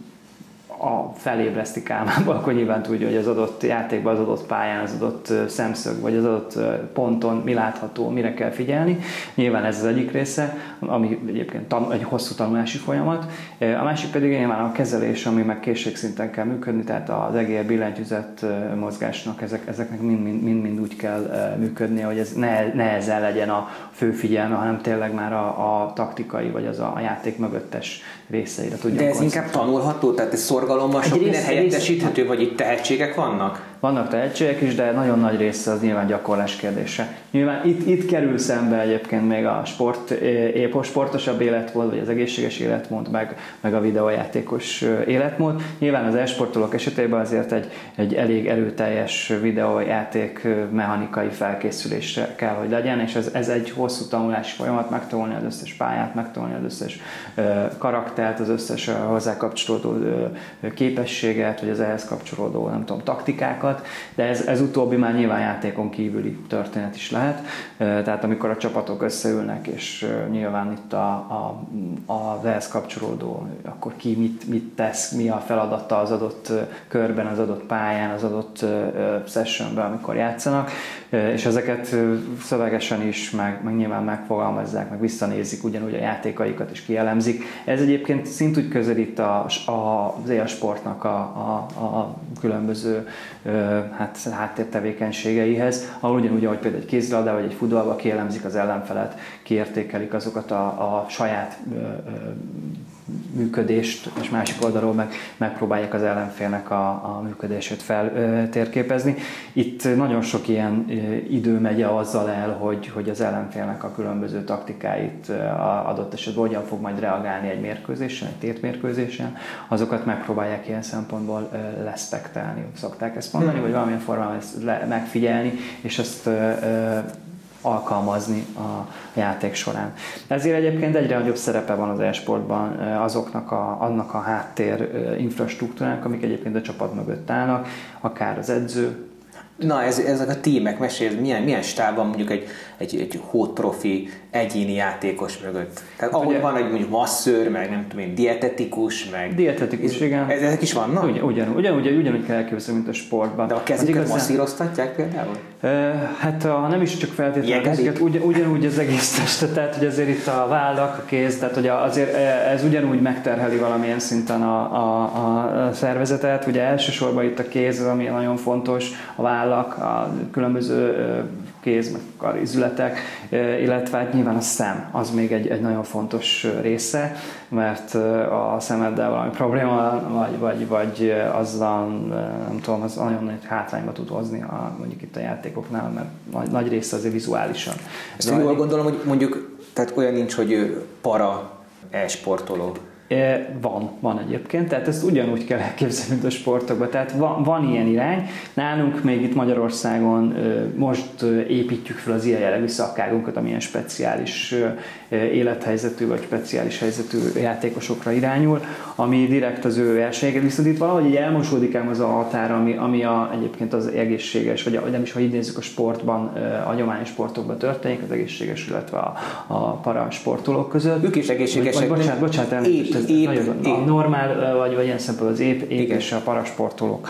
a felébreszti álmába, akkor nyilván tudja, hogy az adott játékban, az adott pályán, az adott szemszög, vagy az adott ponton mi látható, mire kell figyelni. Nyilván ez az egyik része, ami egyébként egy hosszú tanulási folyamat. A másik pedig nyilván a kezelés, ami meg készségszinten kell működni, tehát az egér billentyűzet mozgásnak, ezek, ezeknek mind-mind úgy kell működnie, hogy ez ne, ne ezzel legyen a fő figyelme, hanem tényleg már a, a taktikai, vagy az a, a játék mögöttes részeire tudjon.
De ez inkább tanulható, tehát ez szorgalommal sok minden helyettesíthető, vagy itt tehetségek vannak?
vannak tehetségek is, de nagyon nagy része az nyilván gyakorlás kérdése. Nyilván itt, itt kerül szembe egyébként még a sport, épp a sportosabb életmód, vagy az egészséges életmód, meg, meg a videójátékos életmód. Nyilván az e-sportolók esetében azért egy, egy elég erőteljes videójáték mechanikai felkészülésre kell, hogy legyen, és ez, ez egy hosszú tanulási folyamat, megtanulni az összes pályát, megtanulni az összes karaktert, az összes hozzá kapcsolódó képességet, vagy az ehhez kapcsolódó, nem tudom, taktikákat, de ez, ez utóbbi már nyilván játékon kívüli történet is lehet. Tehát amikor a csapatok összeülnek, és nyilván itt a, a, a ehhez kapcsolódó, akkor ki mit, mit tesz, mi a feladata az adott körben, az adott pályán, az adott sessionben, amikor játszanak, és ezeket szövegesen is, meg, meg nyilván megfogalmazzák, meg visszanézik ugyanúgy a játékaikat, és kielemzik. Ez egyébként szintúgy közelít a, a, az élsportnak a, a, a különböző hát, háttértevékenységeihez, ahol ugyanúgy, ahogy például egy kézilabda vagy egy futballban kielemzik az ellenfelet, kiértékelik azokat a, a saját ö, ö, működést, és másik oldalról meg megpróbálják az ellenfélnek a, a működését feltérképezni. Itt nagyon sok ilyen idő megy azzal el, hogy, hogy az ellenfélnek a különböző taktikáit a adott esetben hogyan fog majd reagálni egy mérkőzésen, egy tétmérkőzésen, azokat megpróbálják ilyen szempontból leszpektelni, szokták ezt mondani, vagy valamilyen formában ezt megfigyelni, és ezt alkalmazni a játék során. Ezért egyébként egyre nagyobb szerepe van az e-sportban azoknak a, annak a háttér infrastruktúrának, amik egyébként a csapat mögött állnak, akár az edző.
Na, ez, ezek a tímek, mesélj, milyen, milyen stábban mondjuk egy, egy, egy hótprofi egyéni játékos mögött? Tehát ahol ugye, van egy mondjuk masszőr, meg nem tudom én, dietetikus, meg...
Dietetikus, igen.
Ez, ezek is vannak?
Ugyan, ugyanúgy, ugyanúgy, ugyanúgy kell elképzelni, mint a sportban.
De a kezüket igazán... masszíroztatják például?
Uh, hát a, nem is csak feltétlenül a kezüket, ugyan, ugyanúgy az egész testet, tehát hogy azért itt a vállak, a kéz, tehát hogy azért ez ugyanúgy megterheli valamilyen szinten a, a, a szervezetet. Ugye elsősorban itt a kéz, ami nagyon fontos, a vállak, a különböző kéz, meg karizületek, illetve hát nyilván a szem, az még egy, egy nagyon fontos része, mert a szemeddel valami probléma, vagy, vagy, vagy azzal, nem tudom, az nagyon nagy hátrányba tud hozni a, mondjuk itt a játékoknál, mert nagy, nagy része azért vizuálisan.
Ezt jól gondolom, hogy mondjuk, tehát olyan nincs, hogy ő para e-sportoló.
Van, van egyébként, tehát ezt ugyanúgy kell elképzelni, mint a sportokban, tehát van, van ilyen irány. Nálunk még itt Magyarországon most építjük fel az ilyen jellegű szakkágunkat, amilyen speciális élethelyzetű vagy speciális helyzetű játékosokra irányul, ami direkt az ő versenyeket, viszont itt valahogy így elmosódik el az a határ, ami, ami a, egyébként az egészséges, vagy, a, vagy nem is, ha így nézzük a sportban, a hagyományos sportokban történik, az egészséges, illetve a, a parasportolók között.
Ők is egészségesek.
Vagy, bocsánat, bocsánat, elnézést, ez
épp,
nagyon,
épp.
A normál, vagy, vagy ilyen szempontból az épp, épp és a parasportolók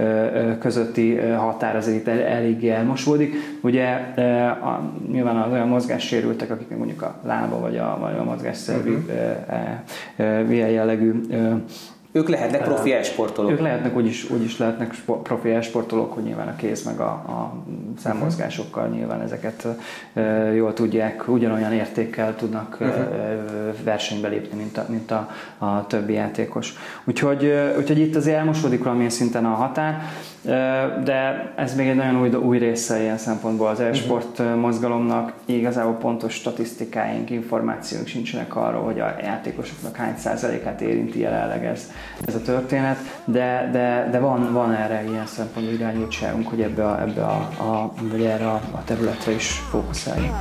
közötti határ azért itt eléggé elmosódik. Ugye a, nyilván az olyan mozgássérültek, akik mondjuk a lába vagy a, vagy a mozgásszervi uh-huh. ilyen jellegű
ők lehetnek profi e-sportolók.
Ők lehetnek, úgyis, úgyis lehetnek profi e-sportolók, hogy nyilván a kéz meg a, a szemmozgásokkal nyilván ezeket uh, jól tudják, ugyanolyan értékkel tudnak uh, uh-huh. versenybe lépni, mint a, mint a, a többi játékos. Úgyhogy, uh, úgyhogy itt azért elmosódik valamilyen szinten a határ, uh, de ez még egy nagyon új, új része ilyen szempontból az e-sport uh-huh. mozgalomnak. Igazából pontos statisztikáink, információink sincsenek arról, hogy a játékosoknak hány százalékát érinti jelenleg ez. ez a történet, de, de, de van, van erre ilyen szempontból irányultságunk, hogy ebbe a, ebbe a, a, vagy erre a, a területre is fókuszáljunk.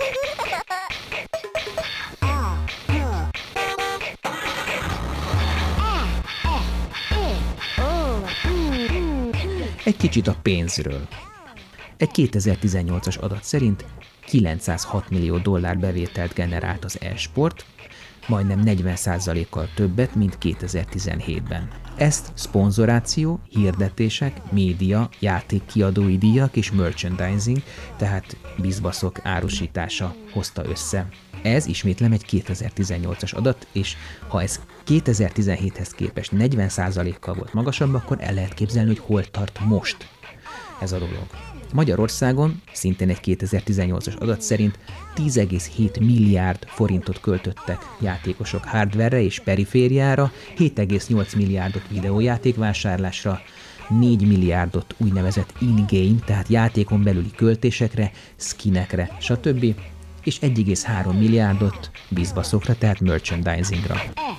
Egy kicsit a pénzről. Egy kétezer-tizennyolcas adat szerint kilencszázhat millió dollár bevételt generált az e-sport, majdnem negyven százalékkal többet, mint kétezer-tizenhétben. Ezt szponzoráció, hirdetések, média, játékkiadói díjak és merchandising, tehát bizbaszok árusítása hozta össze. Ez ismétlem egy kétezer-tizennyolcas adat, és ha ez kétezer-tizenhéthez képest negyven százalékkal volt magasabb, akkor el lehet képzelni, hogy hol tart most ez a dolog. Magyarországon szintén egy kétezer-tizennyolcas adat szerint tíz egész hét milliárd forintot költöttek játékosok hardware-re és perifériára, hét egész nyolc milliárdot videójátékvásárlásra, négy milliárdot úgynevezett in-game, tehát játékon belüli költésekre, skinekre, stb. És egy egész három milliárdot bizbaszokra, tehát merchandisingra.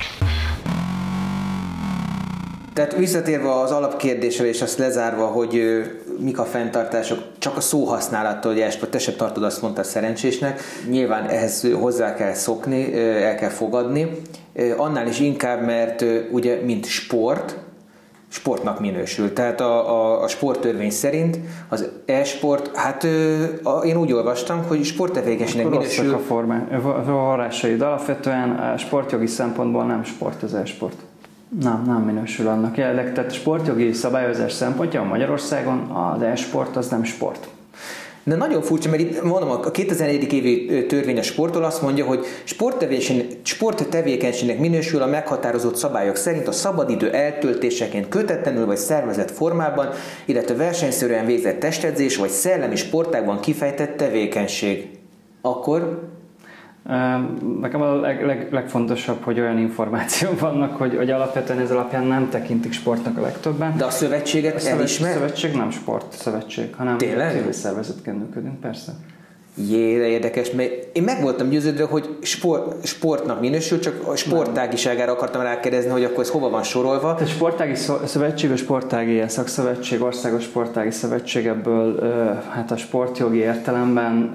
Tehát visszatérve az alapkérdésre, és azt lezárva, hogy ö, mik a fenntartások, csak a szóhasználattól, hogy esport, te sem tartod, azt mondta, szerencsésnek. Nyilván ehhez hozzá kell szokni, ö, el kell fogadni. Ö, annál is inkább, mert ö, ugye, mint sport, sportnak minősül. Tehát a, a, a sporttörvény szerint az e-sport, hát ö, a, én úgy olvastam, hogy sporttevékenységnek minősül.
A forrásaid alapvetően sportjogi szempontból nem sport az e-sport. Nem, nem minősül annak. Jelenleg, tehát sportjogi szabályozás szempontja Magyarországon az e-sport az nem sport.
De nagyon furcsa, mert itt mondom, a kétezer-negyedik évi törvény a sporttól azt mondja, hogy sporttevékenységnek minősül a meghatározott szabályok szerint a szabadidő eltöltéseként kötetlenül vagy szervezett formában, illetve versenyszerűen végzett testedzés vagy szellemi sportágban kifejtett tevékenység. Akkor...
Nekem a leg, leg, legfontosabb, hogy olyan információk vannak, hogy, hogy alapvetően ez alapján nem tekintik sportnak a legtöbben.
De a szövetséget
a szövetség,
elismer?
A szövetség nem sport szövetség, hanem civil szervezetként működünk, persze.
Jé, de érdekes, mert én meg voltam győződve, hogy sport, sportnak minősül, csak a sportágiságára akartam rákérdezni, hogy akkor ez hova van sorolva.
A sportági szövetség, a sportági szakszövetség, országos sportági szövetség ebből hát a sportjogi értelemben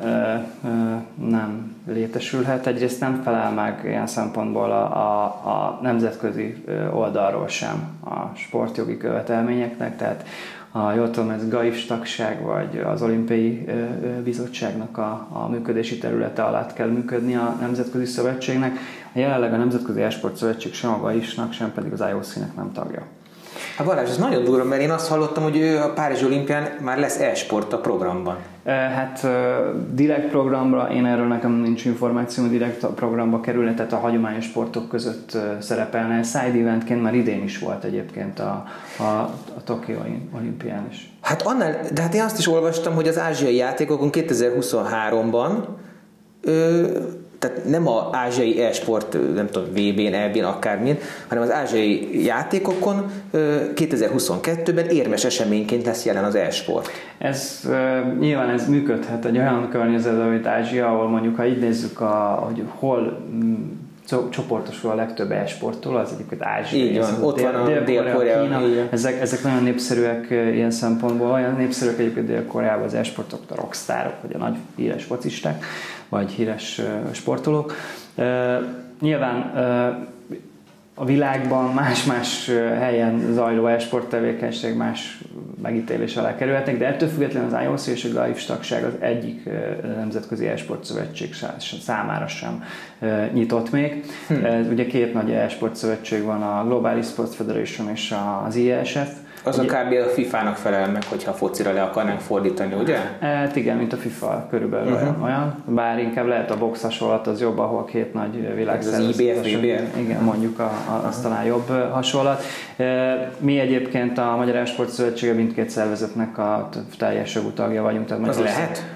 nem létesülhet. Egyrészt nem felel meg ilyen szempontból a, a, a nemzetközi oldalról sem a sportjogi követelményeknek, tehát ha jól tudom, ez GAIFS tagság, vagy az Olimpiai Bizottságnak a, a működési területe alatt kell működni a Nemzetközi Szövetségnek. Jelenleg a Nemzetközi E-sport Szövetség sem a GAIFS-nak, sem pedig az I O C-nek nem tagja.
Hát Balázs, ez nagyon durva, mert én azt hallottam, hogy ő a Párizsi olimpián már lesz e-sport a programban.
Hát direkt programra, én erről nekem nincs információ, direkt programba kerülne, tehát a hagyományos sportok között szerepelne. Side eventként már idén is volt egyébként a, a, a Tokiói olimpián is.
Hát annál, de hát én azt is olvastam, hogy az ázsiai játékokon kétezer-huszonháromban ö, tehát nem az ázsiai e-sport, nem tudom, vé bén, é bén, akármin, hanem az ázsiai játékokon kétezer-huszonkettőben érmes eseményként lesz jelen az e-sport.
Ez nyilván ez működhet egy olyan környezetben, mint Ázsia, ahol mondjuk, ha így nézzük, a, hogy hol csoportosul a legtöbb e-sporttól, az egyébként Ázsia.
Így van, ott van a Dél-Korea,
Kína, ezek, ezek nagyon népszerűek ilyen szempontból, olyan népszerűek egyébként Dél-Koreában az e-sportok, a rockstárok, vagy a nagy híres focisták, vagy híres sportolók. Nyilván a világban más-más helyen zajló e-sport tevékenység más megítélés alá kerülhetnek, de ettől függetlenül az I O C és a GAIFS tagság az egyik nemzetközi e-sport szövetség számára sem nyitott még. Hmm. Ugye két nagy e-sport szövetség van, a Global Esports Federation és az I E S F.
Az ugye, a kb. A fifának felel meg, hogyha a focira le akarnánk fordítani, ugye?
Hát igen, mint a FIFA körülbelül uh-huh. olyan. Bár inkább lehet a box hasonlat az jobb, ahol két nagy világszervezet.
Az I B F, I B F.
Igen, mondjuk a, a, az talán jobb hasonlat. Mi egyébként a Magyar E-sport Szövetsége mindkét szervezetnek a teljes jogú tagja vagyunk. Tehát
az lehet?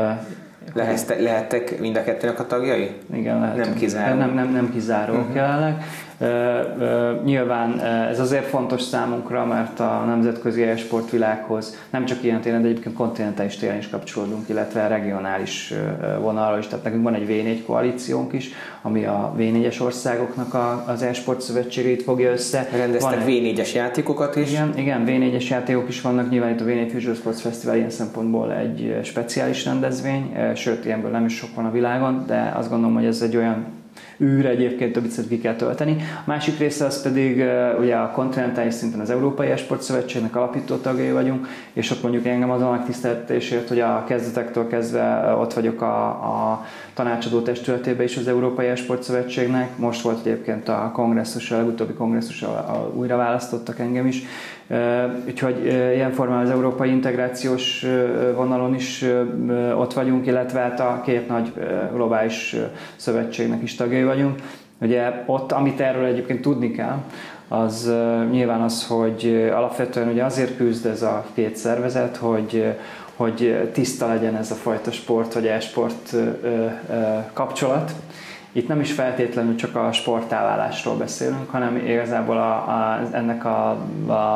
Lehet, lehettek mind a kettőnek a tagjai?
Igen, lehet.
Nem kizáró.
Nem, nem, nem kizáró uh-huh. jelenleg. Uh, uh, nyilván uh, ez azért fontos számunkra, mert a nemzetközi e-sport világhoz nem csak ilyen téren, de egyébként kontinentális téren is kapcsolódunk, illetve regionális uh, vonalra is. Tehát nekünk van egy vé négy koalíciónk is, ami a vé négyes országoknak a, az e-sport szövetségeit fogja össze.
Rendeztek van vé négyes játékokat is?
Igen, igen, vé négyes játékok is vannak. Nyilván itt a vé négy Future Sports Festival ilyen szempontból egy speciális rendezvény, sőt, ilyenből nem is sok van a világon, de azt gondolom, hogy ez egy olyan űr egyébként, többit ki kell tölteni. A másik része az pedig uh, ugye a kontinentális szinten az Európai E-sport Szövetségnek alapító tagjai vagyunk, és ott mondjuk engem az a megtiszteltetésért, hogy a kezdetektől kezdve ott vagyok a, a tanácsadó testületében is az Európai E-sport Szövetségnek. Most volt egyébként a kongresszus, a legutóbbi kongresszus, újra választottak engem is. Uh, úgyhogy uh, ilyen formán az európai integrációs uh, vonalon is uh, ott vagyunk, illetve hát a két nagy uh, globális uh, szövetségnek is tagjai vagyunk. Ugye ott, amit erről egyébként tudni kell, az uh, nyilván az, hogy uh, alapvetően ugye azért küzd ez a két szervezet, hogy uh, hogy tiszta legyen ez a fajta sport, vagy e-sport uh, uh, kapcsolat. Itt nem is feltétlenül csak a sportáválásról beszélünk, hanem igazából a, a, ennek a, a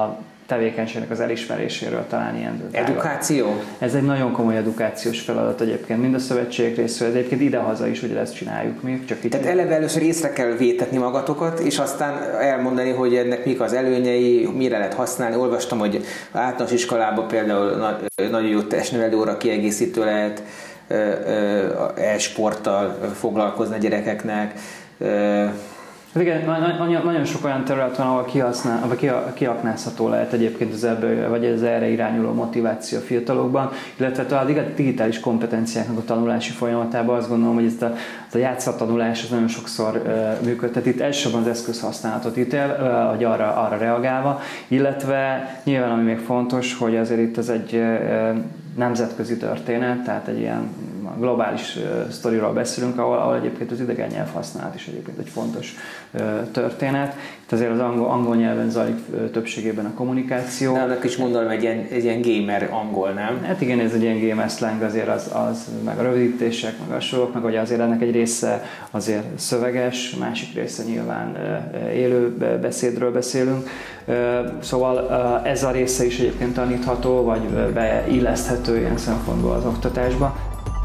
tevékenységnek az elismeréséről talán ilyen.
Edukáció?
Ez egy nagyon komoly edukációs feladat egyébként, mind a szövetségek részéről, ez egyébként idehaza is, hogy ezt csináljuk mi. Csak itt
Tehát eleve először észre kell vétetni magatokat, és aztán elmondani, hogy ennek mik az előnyei, mire lehet használni. Olvastam, hogy általános iskolában például nagyon jó testnevelő óra kiegészítő lehet e-sporttal foglalkozni a gyerekeknek.
Hát igen, nagyon sok olyan terület van, ahol kihasznál, vagy kiaknázható lehet egyébként az ebből, vagy az erre irányuló motiváció a fiatalokban, illetve a digitális kompetenciáknak a tanulási folyamatában azt gondolom, hogy ezt a, ez a játszattanulás az nagyon sokszor uh, működtet. Itt elsősorban az eszközhasználatot ítél, uh, hogy arra, arra reagálva, illetve nyilván ami még fontos, hogy azért itt ez egy uh, nemzetközi történet, tehát egy ilyen globális uh, sztoriról beszélünk, ahol, ahol egyébként az idegen nyelv használat is egyébként egy fontos uh, történet. Itt azért az angol, angol nyelven zajlik uh, többségében a kommunikáció.
De annak is mondom, egy ilyen, egy ilyen gamer angol, nem?
Hát igen, ez egy ilyen gamer slang azért az, az, meg a rövidítések, meg a sorok, meg hogy azért ennek egy része azért szöveges, másik része nyilván uh, élő beszédről beszélünk. Uh, szóval uh, ez a része is egyébként tanítható, vagy beilleszthető ilyen szempontból az oktatásba.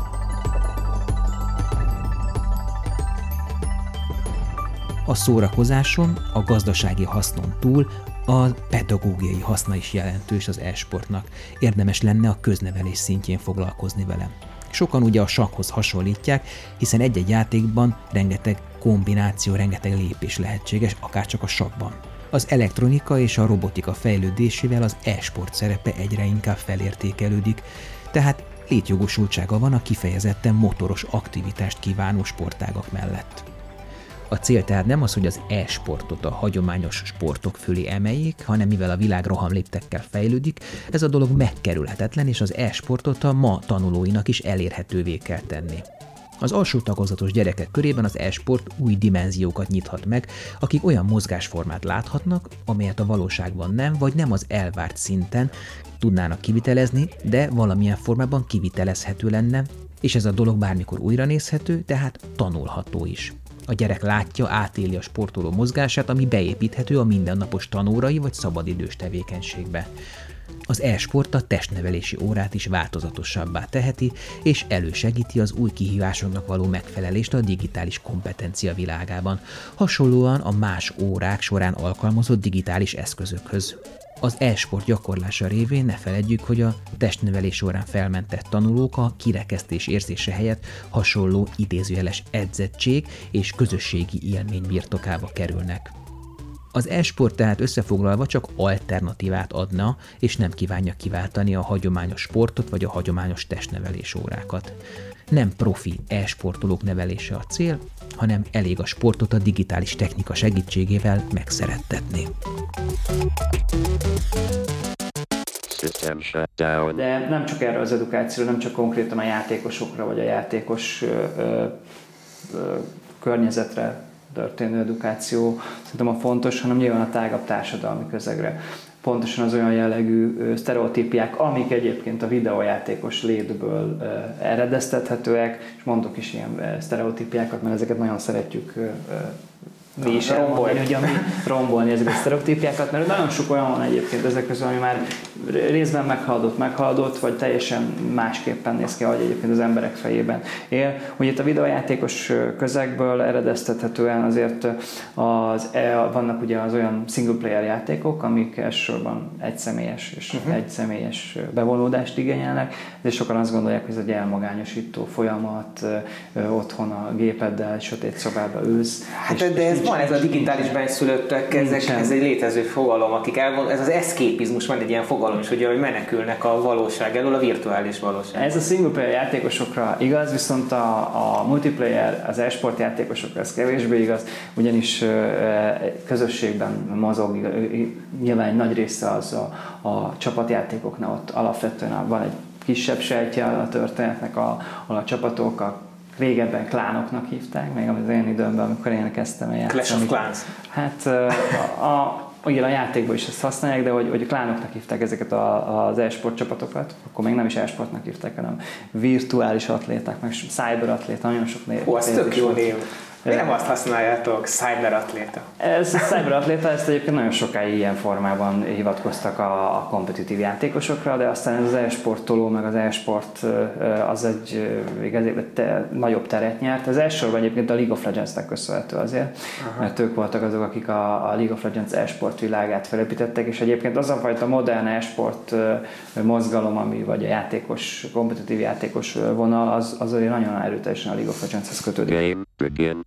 A szórakozáson, a gazdasági hasznon túl a pedagógiai haszna is jelentős az e-sportnak. Érdemes lenne a köznevelés szintjén foglalkozni vele. Sokan ugye a sakkhoz hasonlítják, hiszen egy-egy játékban rengeteg kombináció, rengeteg lépés lehetséges, akárcsak a sakkban. Az elektronika és a robotika fejlődésével az e-sport szerepe egyre inkább felértékelődik, tehát létjogosultsága van a kifejezetten motoros aktivitást kívánó sportágak mellett. A cél tehát nem az, hogy az e-sportot a hagyományos sportok fölé emeljék, hanem mivel a világ rohamléptekkel fejlődik, ez a dolog megkerülhetetlen, és az e-sportot a ma tanulóinak is elérhetővé kell tenni. Az alsó tagozatos gyerekek körében az e-sport új dimenziókat nyithat meg, akik olyan mozgásformát láthatnak, amelyet a valóságban nem, vagy nem az elvárt szinten tudnának kivitelezni, de valamilyen formában kivitelezhető lenne, és ez a dolog bármikor újra nézhető, tehát tanulható is. A gyerek látja, átéli a sportoló mozgását, ami beépíthető a mindennapos tanórai vagy szabadidős tevékenységbe. Az e-sport a testnevelési órát is változatosabbá teheti, és elősegíti az új kihívásoknak való megfelelést a digitális kompetencia világában, hasonlóan a más órák során alkalmazott digitális eszközökhöz. Az e-sport gyakorlása révén ne feledjük, hogy a testnevelés során felmentett tanulók a kirekesztés érzése helyett hasonló idézőjeles edzettség és közösségi élmény birtokába kerülnek. Az e-sport tehát összefoglalva csak alternatívát adna, és nem kívánja kiváltani a hagyományos sportot vagy a hagyományos testnevelés órákat. Nem profi e-sportolók nevelése a cél, hanem elég a sportot a digitális technika segítségével megszerettetni.
De nem csak erre az edukációra, nem csak konkrétan a játékosokra vagy a játékos ö, ö, ö, környezetre történő edukáció szerintem a fontos, hanem nyilván a tágabb társadalmi közegre. Pontosan az olyan jellegű sztereotípiák, amik egyébként a videójátékos létből eredeztethetőek, és mondok is ilyen sztereotípiákat, mert ezeket nagyon szeretjük mi is rombolni, hogy ami rombolni ezeket a sztereotípiákat, mert nagyon sok olyan van egyébként ezek közül, ami már részben meghaladott, meghaladott, vagy teljesen másképpen néz ki, ahogy egyébként az emberek fejében él. Ugye itt a videójátékos közegből eredeztethetően azért az, vannak ugye az olyan single player játékok, amik elsősorban egyszemélyes és uh-huh. egyszemélyes bevonódást igényelnek, de sokan azt gondolják, hogy ez egy elmagányosító folyamat, otthon a gépeddel, sötét szobába ülsz.
Hát és, de ez van, ez a digitális benszülöttek, ezek, ez egy létező fogalom, akik elvon, ez az eszképizmus, van egy ilyen fogalom is, hogy menekülnek a valóság elől a virtuális valóság.
Ez a single player játékosokra igaz, viszont a, a multiplayer, az e-sport játékosokra ez kevésbé igaz, ugyanis közösségben mozog, nyilván egy nagy része az a, a csapatjátékoknál, ott alapvetően van egy kisebb sejtje a történetnek, a, ahol a csapatok a régebben klánoknak hívták, még az én időmben, amikor én kezdtem el játszani.
Clash of Clans.
Hát a, a, igen, a játékban is ezt használják, de hogy, hogy klánoknak hívták ezeket a, az e-sport csapatokat, akkor még nem is e-sportnak hívták, hanem virtuális atléták, meg cyber atléta, nagyon sok név.
Ó, az tök jó név. Mi nem azt használjátok, cyberatléta?
Ez a cyberatléta, ezt egyébként nagyon sokáig ilyen formában hivatkoztak a, a kompetitív játékosokra, de aztán ez az e-sportoló, meg az e-sport az egy igazi te, nagyobb teret nyert. Az elsősorban egyébként a League of Legends-nek köszönhető azért, aha, mert ők voltak azok, akik a, a League of Legends e-sport világát felépítettek, és egyébként az a fajta modern e-sport mozgalom, ami vagy a játékos, kompetitív játékos vonal, az, az azért nagyon erőteljesen a League of Legends-hez kötődik.
Game begin.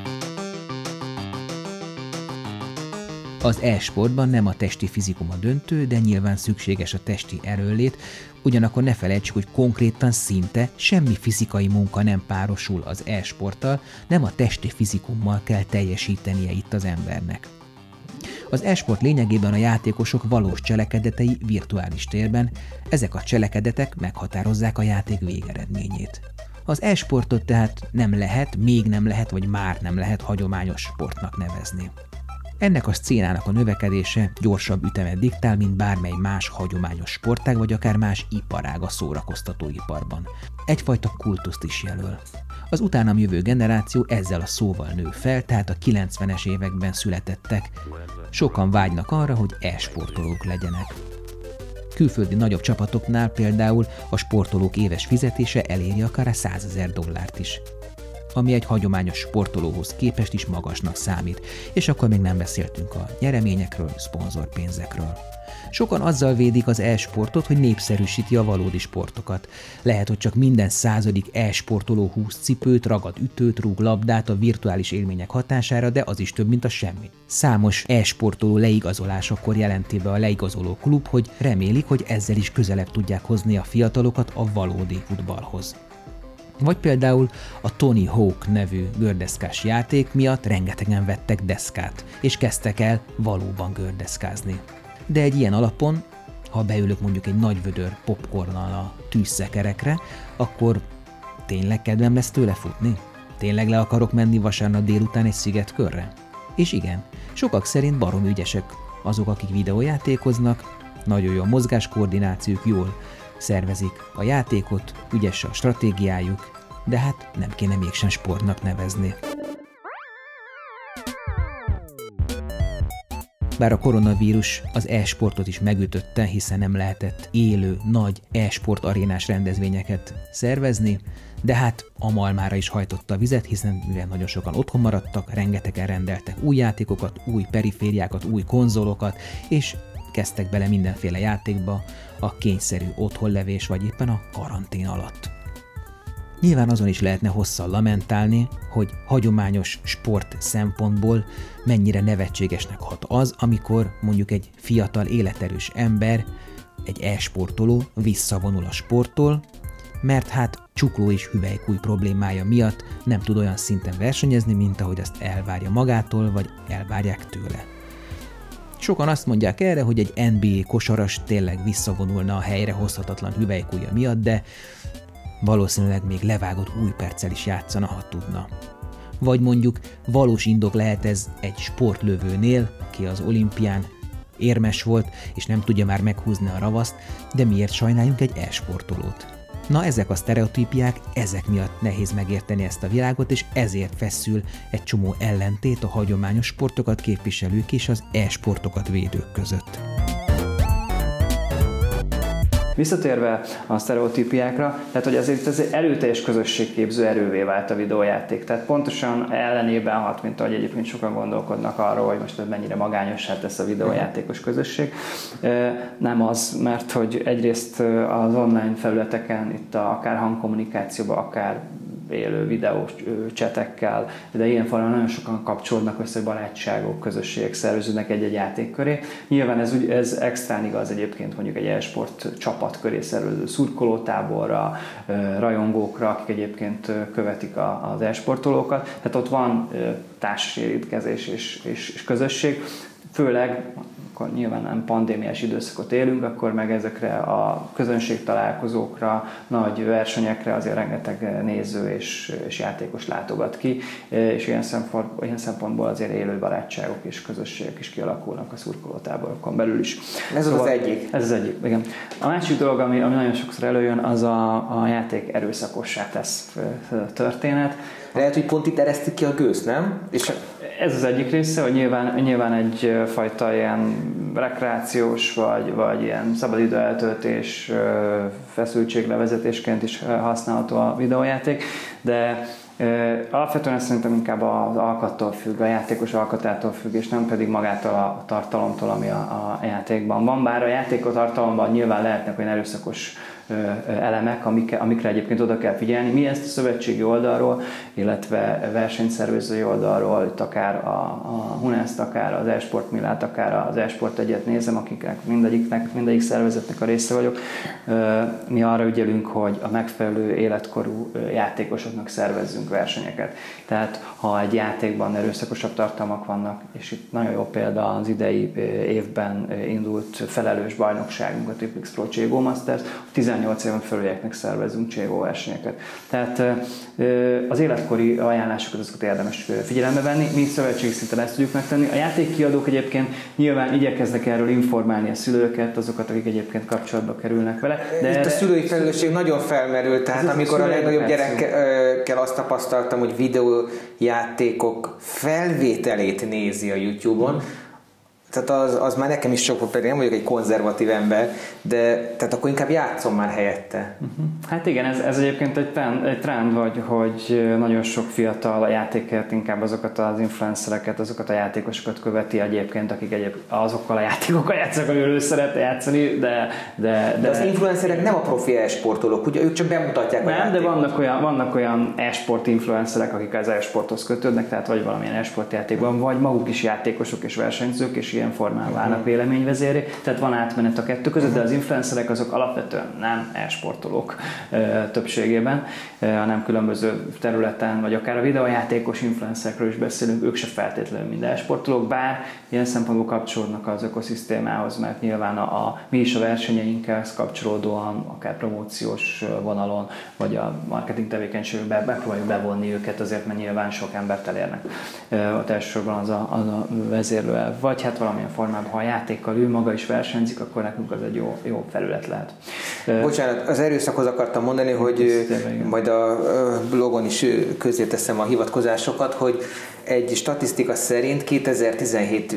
Az e-sportban nem a testi fizikum a döntő, de nyilván szükséges a testi erőnlét, ugyanakkor ne felejtsük, hogy konkrétan szinte semmi fizikai munka nem párosul az e-sporttal, nem a testi fizikummal kell teljesítenie itt az embernek. Az e-sport lényegében a játékosok valós cselekedetei virtuális térben, ezek a cselekedetek meghatározzák a játék végeredményét. Az e-sportot tehát nem lehet, még nem lehet, vagy már nem lehet hagyományos sportnak nevezni. Ennek a szcénának a növekedése gyorsabb ütemet diktál, mint bármely más hagyományos sportág, vagy akár más iparág a szórakoztatóiparban. Egyfajta kultuszt is jelöl. Az utánam jövő generáció ezzel a szóval nő fel, tehát a kilencvenes években születettek. Sokan vágynak arra, hogy e-sportolók legyenek. Külföldi nagyobb csapatoknál például a sportolók éves fizetése eléri akár a százezer dollárt is, ami egy hagyományos sportolóhoz képest is magasnak számít, és akkor még nem beszéltünk a nyereményekről, szponzorpénzekről. Sokan azzal védik az e-sportot, hogy népszerűsíti a valódi sportokat. Lehet, hogy csak minden századik e-sportoló húz cipőt, ragad ütőt, rúg labdát a virtuális élmények hatására, de az is több, mint a semmi. Számos e-sportoló leigazolásakor jelenti be a leigazoló klub, hogy remélik, hogy ezzel is közelebb tudják hozni a fiatalokat a valódi futballhoz. Vagy például a Tony Hawk nevű gördeszkás játék miatt rengetegen vettek deszkát, és kezdtek el valóban gördeszkázni. De egy ilyen alapon, ha beülök mondjuk egy nagy vödör popcornnal a tűzszekerekre, akkor tényleg kedvem lesz tőle futni? Tényleg le akarok menni vasárnap délután egy szigetkörre? És igen, sokak szerint barom ügyesek azok, akik videójátékoznak, nagyon jó a mozgáskoordinációk, jól szervezik a játékot, ügyes a stratégiájuk, de hát nem kéne mégsem sportnak nevezni. Bár a koronavírus az e-sportot is megütötte, hiszen nem lehetett élő, nagy e-sport arénás rendezvényeket szervezni, de hát a malmára is hajtotta a vizet, hiszen mivel nagyon sokan otthon maradtak, rengetegen rendeltek új játékokat, új perifériákat, új konzolokat, és kezdtek bele mindenféle játékba a kényszerű otthonlevés vagy éppen a karantén alatt. Nyilván azon is lehetne hosszan lamentálni, hogy hagyományos sport szempontból mennyire nevetségesnek hat az, amikor mondjuk egy fiatal életerős ember, egy e-sportoló visszavonul a sporttól, mert hát csukló és hüvelykúj problémája miatt nem tud olyan szinten versenyezni, mint ahogy azt elvárja magától, vagy elvárják tőle. Sokan azt mondják erre, hogy egy en bé á kosaras tényleg visszavonulna a helyrehozhatatlan hüvelykújja miatt, de valószínűleg még levágott új perccel is játszana, ha tudna. Vagy mondjuk valós indok lehet ez egy sportlövőnél, ki az olimpián érmes volt, és nem tudja már meghúzni a ravaszt, de miért sajnáljunk egy e-sportolót? Na, ezek a sztereotípiák, ezek miatt nehéz megérteni ezt a világot, és ezért feszül egy csomó ellentét a hagyományos sportokat képviselők és az e-sportokat védők között.
Visszatérve a sztereotípiákra, tehát hogy azért ez egy erőteljes közösségképző erővé vált a videójáték. Tehát pontosan ellenében hat, mint ahogy egyébként sokan gondolkodnak arról, hogy most ez mennyire magányossá tesz a videójátékos közösség. Nem az, mert hogy egyrészt az online felületeken, itt a, akár hangkommunikációban, akár élő videós csetekkel, de ilyen formán nagyon sokan kapcsolódnak össze, hogy barátságok, közösségek szerveződnek egy-egy játék köré. Nyilván ez, ez extrán igaz egyébként mondjuk egy e-sport csapat köré szerveződő szurkolótáborra, rajongókra, akik egyébként követik az e-sportolókat. Tehát ott van társas érintkezés és, és, és közösség. főleg, akkor nyilván nem pandémiás időszakot élünk, akkor meg ezekre a közönségtalálkozókra, nagy versenyekre azért rengeteg néző és, és játékos látogat ki, és ilyen, szempont, ilyen szempontból azért élő barátságok és közösségek is kialakulnak a szurkolótáborokon belül is.
Ez szóval, az egyik.
Ez az egyik, igen. A másik dolog, ami, ami nagyon sokszor előjön, az a, a játék erőszakossá tesz történet.
Lehet, hogy pont itt eresztik ki a gőzt, nem? És
ez az egyik része, hogy nyilván, nyilván egyfajta ilyen rekreációs, vagy, vagy ilyen szabadidő eltöltés, feszültséglevezetésként is használható a videójáték, de alapvetően szerintem inkább az alkattól függ, a játékos alkatától függ, és nem pedig magától a tartalomtól, ami a, a játékban van. Bár a játék tartalomban nyilván lehetnek olyan erőszakos elemek, amik, amikre egyébként oda kell figyelni. Mi ezt a szövetségi oldalról, illetve versenyszervezői oldalról, itt akár a, a Hunest, akár az eSport Millát, akár az eSport egyet nézem, akiknek mindegyiknek, mindegyik szervezetnek a része vagyok. Mi arra ügyelünk, hogy a megfelelő életkorú játékosoknak szervezzünk versenyeket. Tehát ha egy játékban erőszakosabb tartalmak vannak, és itt nagyon jó példa az idei évben indult felelős bajnokságunk, a Triple X Pro Cségó Masters, tizennyolc éven felülieknek szervezünk Cségó versenyeket. Tehát az életkori ajánlásokat azokat érdemes figyelembe venni, mi szövetségi szinten ezt tudjuk megtenni. A játékkiadók egyébként nyilván igyekeznek erről informálni a szülőket, azokat, akik egyébként kapcsolatba kerülnek vele.
De itt a szülői felelősség nagyon felmerül, tehát amikor a, a legnagyobb gyerekkel azt tapasztaltam, hogy videójátékok felvételét nézi a YouTube-on, hmm. Tehát az, az már nekem is sok volt, pedig nem vagyok egy konzervatív ember, de tehát akkor inkább játszom már helyette.
Uh-huh. Hát igen, ez, ez egyébként egy trend, egy trend vagy, hogy nagyon sok fiatal a játékért inkább azokat az influencereket, azokat a játékosokat követi egyébként, akik egyéb, azokkal a játékokkal játszanak, amiről ő szeretne játszani, de, de, de...
De az influencerek nem a profi e-sportolók, ugye ők csak bemutatják a
nem,
játékot.
De vannak olyan, vannak olyan e-sport influencerek, akik az e-sporthoz kötődnek, tehát vagy valamilyen e-sport játékban, vagy maguk is játékosok és versenyzők, és ilyen formán válnak véleményvezéré, tehát van átmenet a kettő között, de az influencerek azok alapvetően nem e-sportolók e, többségében, e, hanem különböző területen, vagy akár a videójátékos influencerekről is beszélünk, ők se feltétlenül mind e-sportolók, bár ilyen szempontból kapcsolódnak az ökoszisztémához, mert nyilván a, a, mi is a versenyeinkhez kapcsolódóan, akár promóciós vonalon, vagy a marketing tevékenységben megpróbáljuk bevonni őket azért, mert nyilván sok embert elérnek. E, ott elsősorban az a, az a vezérlőelv, vagy hát valamilyen formában, ha a játékkal ő maga is versenyzik, akkor nekünk az egy jó, jó felület lehet.
Bocsánat, az erőszakhoz akartam mondani, hogy majd a blogon is közzéteszem a hivatkozásokat, hogy egy statisztika szerint kétezer-tizenhét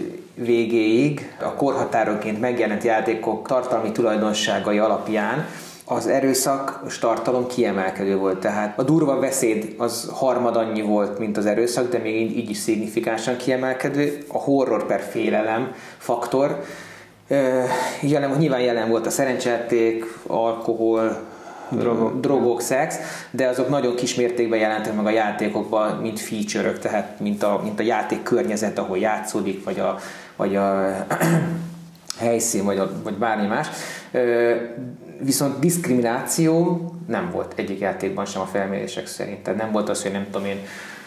végéig a korhatáronként megjelent játékok tartalmi tulajdonságai alapján az erőszak tartalom kiemelkedő volt. Tehát a durva beszéd az harmad annyi volt, mint az erőszak, de még így, így is szignifikánsan kiemelkedő. A horror per félelem faktor. Jelen, nyilván jelen volt a szerencsejáték, alkohol, drogok, drogok, szex, de azok nagyon kis mértékben jelentek meg a játékokban, mint feature-ök, tehát mint a, mint a játék környezet, ahol játszódik, vagy a, vagy a helyszín, vagy, a, vagy bármi más. Viszont diszkrimináció nem volt egyik játékban sem a felmérések szerint. Tehát nem volt az, hogy nem tudom én,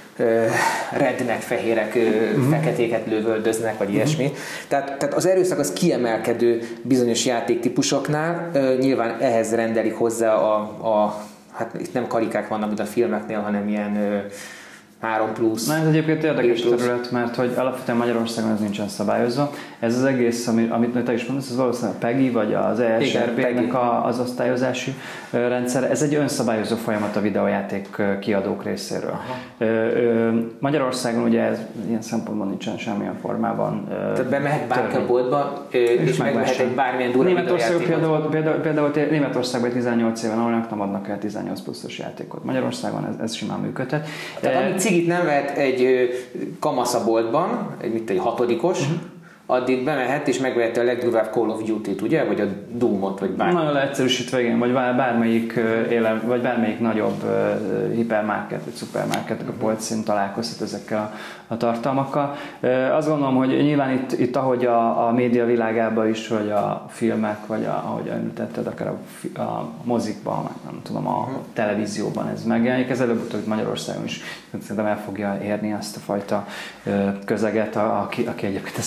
rednek, fehérek, uh-huh. feketéket lövöldöznek, vagy ilyesmi. Uh-huh. Tehát, tehát az erőszak az kiemelkedő bizonyos játéktípusoknál. Nyilván ehhez rendelik hozzá a, a hát itt nem karikák vannak, mint a filmeknél, hanem ilyen három plusz.
Na ez egyébként érdekes terület, mert hogy alapvetően Magyarországon ez nincsen szabályozva. Ez az egész, amit, amit te is mondasz, ez valószínűleg a PEGI vagy az E S R B-nek az osztályozási rendszer. Ez egy önszabályozó folyamat a videójáték kiadók részéről. Aha. Magyarországon ugye ez ilyen szempontból nincsen semmilyen formában.
Tehát bemehet bárki a boltba, és megvehet egy bármilyen durva
Németországban például, például, például Németországban tizennyolc éven alulnak nem adnak el tizennyolc pluszos játékot. Magyarországon ez, ez simán működhet.
Tehát amit cigit nem vehet egy kamasz a boltban, egy, mint egy hatodikos, uh-huh. addig bemehet és megveheti a legdurvább Call of Duty-t, ugye? Vagy a Doom-ot, vagy bármi.
Nagyon leegyszerűsítve, igen, vagy bármelyik, élem, vagy bármelyik nagyobb uh, hipermarket, vagy szupermarket a polcin találkozhat ezekkel a, a tartalmakkal. Uh, azt gondolom, hogy nyilván itt, itt ahogy a, a média világában is, vagy a filmek, vagy a, ahogy említetted, akár a, a mozikban, nem tudom, a uh-huh. televízióban ez megjelenik. Ez előbb-utóbb Magyarországon is szerintem el fogja érni azt a fajta uh, közeget, a, aki, aki egyébként ezt szabályozni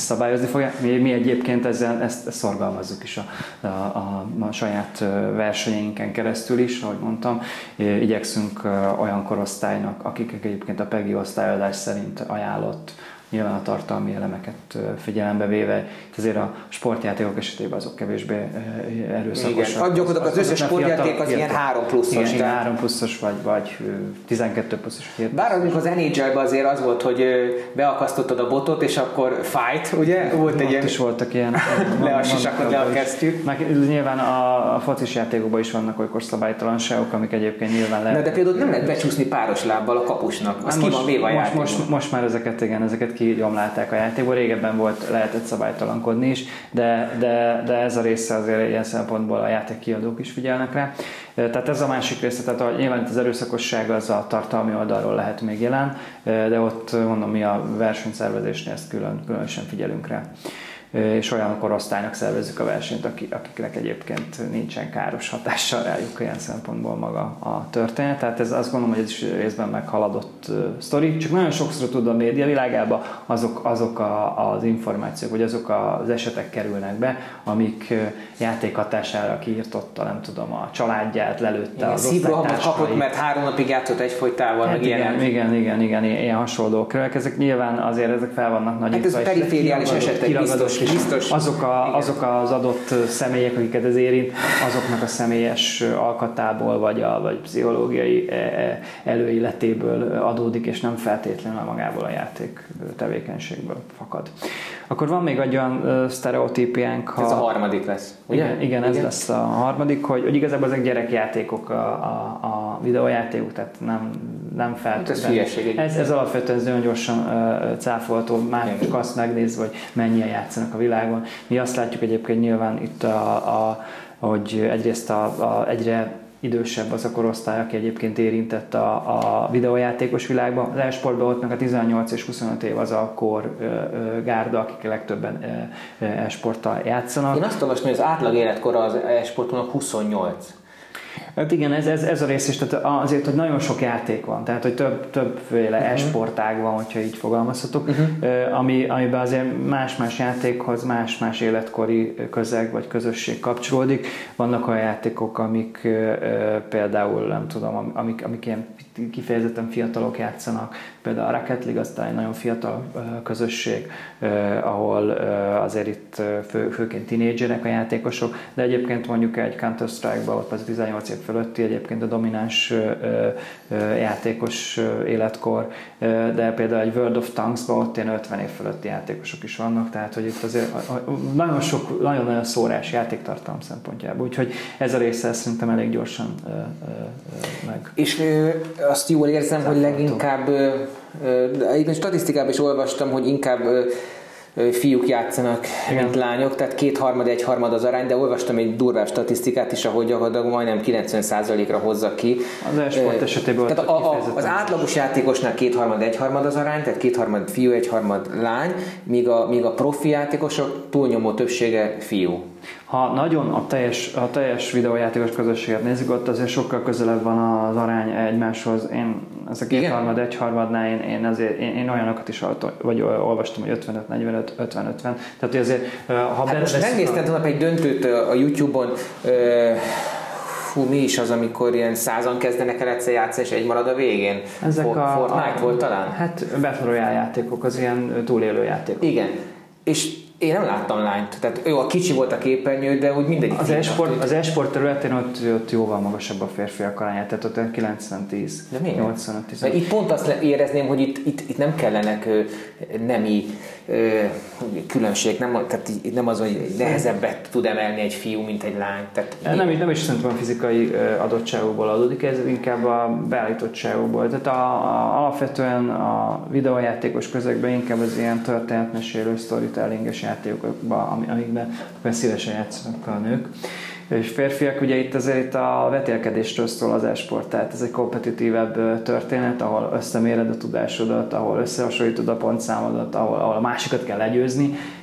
fogják. Mi, mi egyébként ezzel, ezt, ezt szorgalmazzuk is a, a, a, a saját versenyeinken keresztül is, ahogy mondtam. Igyekszünk olyan korosztálynak, akik egyébként a PEGI osztályozás szerint ajánlott, nyilván a tartalmi elemeket figyelembe véve, azért a sportjátékok esetében azok kevésbé erőszakosak.
Igen, gyakorlatilag az, az összes sportjáték az ilyen három pluszos.
Igen, három pluszos vagy, vagy tizenkettő pluszos.
Bár amikor az en há el-ben azért az volt, hogy beakasztottad a botot, és akkor fight, ugye? Volt egy ilyen...
is voltak ilyen.
le a sisakot, le a kesztyűt.
Nyilván a, a focis játékokban is vannak olykor szabálytalanságok, amik egyébként nyilván lehet.
De például nem lehet becsúszni páros lábbal a kapusnak. Az ki van véve a játékban.
Most, most már ezeket, igen, ezeket kigyomlálták a játékból. Régebben volt, lehetett szabálytalankodni is, de, de, de ez a része azért ilyen szempontból a játékkiadók is figyelnek rá. Tehát ez a másik része, tehát a, nyilván az erőszakosság az a tartalmi oldalról lehet még jelen, de ott mondom, mi a versenyszervezésnél ezt külön, különösen figyelünk rá. És olyan korosztálynak szervezzük a versenyt, akiknek egyébként nincsen káros hatással rájuk ilyen szempontból maga a történet. Tehát ez azt gondolom, hogy ez is részben meghaladott uh, sztori, csak nagyon sokszor tud a média világában azok, azok a, az információk, vagy azok az esetek kerülnek be, amik uh, játék hatására kiirtotta, nem tudom, a családját, lelőtte az
osztálytársait. Kapott, mert három napig játszott egyfolytával,
hát
meg
igen,
ilyen.
Igen, igen, igen, ilyen hasonlók. Ezek nyilván azért ezek fel vannak nagyítva.
Hát ez perifériális esetek biztos.
Biztos. Azok, a, azok az adott személyek, akiket ez érint, azoknak a személyes alkatából, vagy a vagy pszichológiai előéletéből adódik, és nem feltétlenül magából a játék tevékenységből fakad. Akkor van még egy olyan sztereotípiánk, ha...
Ez a harmadik lesz.
Igen, igen, igen, ez igen. lesz a harmadik, hogy, hogy igazából ezek gyerekjátékok a, a, a videójátékok, tehát nem, nem feltétlenül. Ez, ez alapvetően nagyon gyorsan uh, cáfolható, már csak azt megnézve, hogy mennyien játszanak a világon. Mi azt látjuk egyébként nyilván itt, a, a, hogy egyrészt a, a, egyre idősebb az a korosztály, aki egyébként érintett a, a videójátékos világban. Az e-sportban ott meg a tizennyolc és huszonöt év az a kor ö, ö, gárda, akik legtöbben e-sporttal játszanak.
Én azt olvastam, hogy az átlag életkora az e-sportnak huszonnyolc.
Hát igen, ez, ez, ez a rész is, tehát azért, hogy nagyon sok játék van, tehát hogy több, többféle uh-huh. e-sportág van, hogyha így fogalmazhatok, uh-huh. ami, amiben azért más-más játékhoz más-más életkori közeg vagy közösség kapcsolódik. Vannak olyan játékok, amik például, nem tudom, amik, amik ilyen kifejezetten fiatalok játszanak, például a Rocket League az egy nagyon fiatal közösség, ahol azért itt fő, főként tinédzserek a játékosok, de egyébként mondjuk egy Counter-Strike-ban ott az tizennyolc év fölötti egyébként a domináns játékos életkor, de például egy World of Tanks-ban ott ilyen ötven év fölötti játékosok is vannak, tehát hogy itt azért nagyon sok, nagyon-nagyon szórás játéktartalom szempontjából, úgyhogy ez a része szerintem elég gyorsan meg.
És azt jól érzem, hogy leginkább egyébként statisztikában is olvastam, hogy inkább fiúk játszanak, igen, mint lányok, tehát kétharmad, egyharmad az arány, de olvastam egy durvább statisztikát is, ahogy gyakorlatilag majdnem kilencven százalékra hozza ki.
Az e-sport esetében
tehát a, a, az átlagos játékosnál kétharmad, egyharmad az arány, tehát kétharmad fiú, egyharmad lány, míg a, míg a profi játékosok túlnyomó többsége fiú.
Ha nagyon a teljes, a teljes videójátékos közösséget nézzük, ott azért sokkal közelebb van az arány egymáshoz. Én ez a kétharmad, egyharmadnál én, én, azért, én, én olyanokat is vagy olvastam, hogy ötvenöt negyvenöt, ötven ötven. Tehát azért, ha
hát most megnéztem tegnap egy döntőt a YouTube-on, fú, mi is az, amikor ilyen százan kezdenek el egyszer játszani, és egy marad a végén?
Ezek For, a,
Fortnite
a,
volt talán?
Hát Battle Royale játékok, az ilyen túlélő játékok.
Igen. És én nem láttam lányt, tehát jó, a kicsi volt a képernyő, de úgy mindegyik.
Az e-sport, az e-sport területén ott, ott jóval magasabb a férfiak aránya, tehát ott kilencven tíz, nyolcvanöt tíz.
Itt pont azt érezném, hogy itt, itt, itt nem kellenek ö, nemi ö, különbség, nem, tehát itt nem az, hogy nehezebbet tud emelni egy fiú, mint egy lány. Tehát
nem, nem is szerintem a fizikai adottságokból adódik, ez inkább a beállítottságokból. Tehát a, a, alapvetően a videójátékos közegben inkább az ilyen történetmesélő, storytellinges játékokban, amikben szívesen játszanak a nők. És férfiak, ugye itt azért itt a vetélkedésről szól az e-sport, tehát ez egy kompetitívebb történet, ahol összeméred a tudásodat, ahol összehasonlítod a pontszámodat, ahol, ahol a másikat kell legyőzni.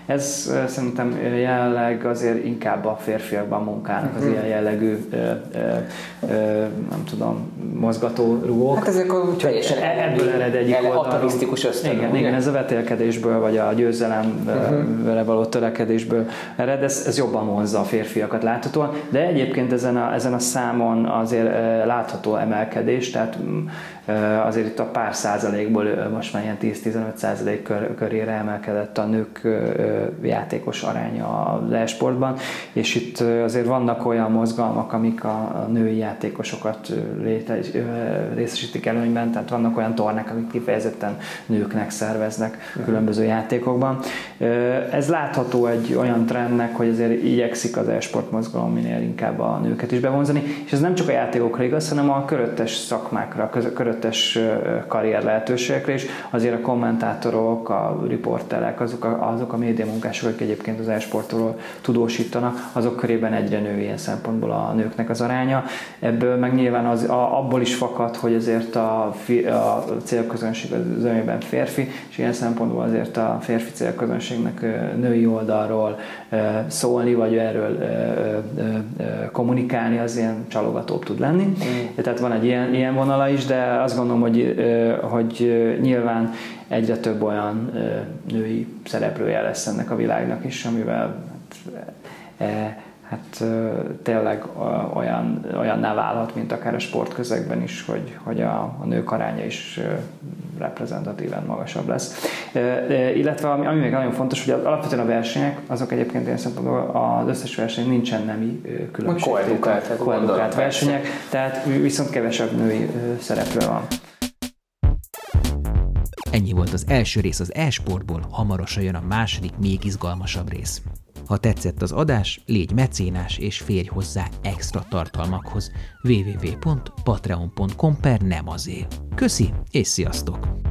Ez szerintem jelenleg azért inkább a férfiakban munkálnak az ilyen jellegű ö, ö, ö, nem tudom, mozgatórugók.
Hát ezek a teljesen
ebből ered egyik oldalon.
Atavisztikus ösztön.
Igen, igen, ez a vetélkedésből, vagy a győzelemre uh-huh. való törekedésből ered, ez, ez jobban vonzza a férfiakat láthatóan, de egyébként ezen a, ezen a számon azért látható emelkedés, tehát azért itt a pár százalékból most már ilyen tíz-tizenöt százalék kör, körére emelkedett a nők játékos aránya az e-sportban, és itt azért vannak olyan mozgalmak, amik a, a női játékosokat léte, részesítik előnyben, tehát vannak olyan tornák, amik kifejezetten nőknek szerveznek különböző játékokban. Ez látható egy olyan trendnek, hogy azért igyekszik az e-sport mozgalom minél inkább a nőket is bevonzani, és ez nem csak a játékokra igaz, hanem a köröttes szakmákra, a köröttes karrier lehetőségekre is. Azért a kommentátorok, a riporterek, azok a, azok a médiamunkások, akik egyébként az e-sportról tudósítanak, azok körében egyre nő ilyen szempontból a nőknek az aránya. Ebből meg nyilván az, a, abból is fakad, hogy azért a, fi, a célközönség az önében férfi, és ilyen szempontból azért a férfi célközönségnek női oldalról szólni, vagy erről kommunikálni, az ilyen csalogatóbb tud lenni. Mm. Tehát van egy ilyen, ilyen vonala is, de azt gondolom, hogy, hogy nyilván egyre több olyan női szereplője lesz ennek a világnak is, amivel hát, hát tényleg olyan, olyanná válhat, mint akár a sportközegben is, hogy, hogy a, a nők aránya is reprezentatíven magasabb lesz. Illetve ami, ami még nagyon fontos, hogy alapvetően a versenyek, azok egyébként ilyen szempontból az összes verseny nincsen nemi különbség.
Koedukált,
koedukált versenyek, tehát viszont kevesebb női szereplő van.
Ennyi volt az első rész az e-sportból, hamarosan jön a második, még izgalmasabb rész. Ha tetszett az adás, légy mecénás és férj hozzá extra tartalmakhoz. double-u double-u double-u pont patreon pont com per nem azért. Köszi, és sziasztok!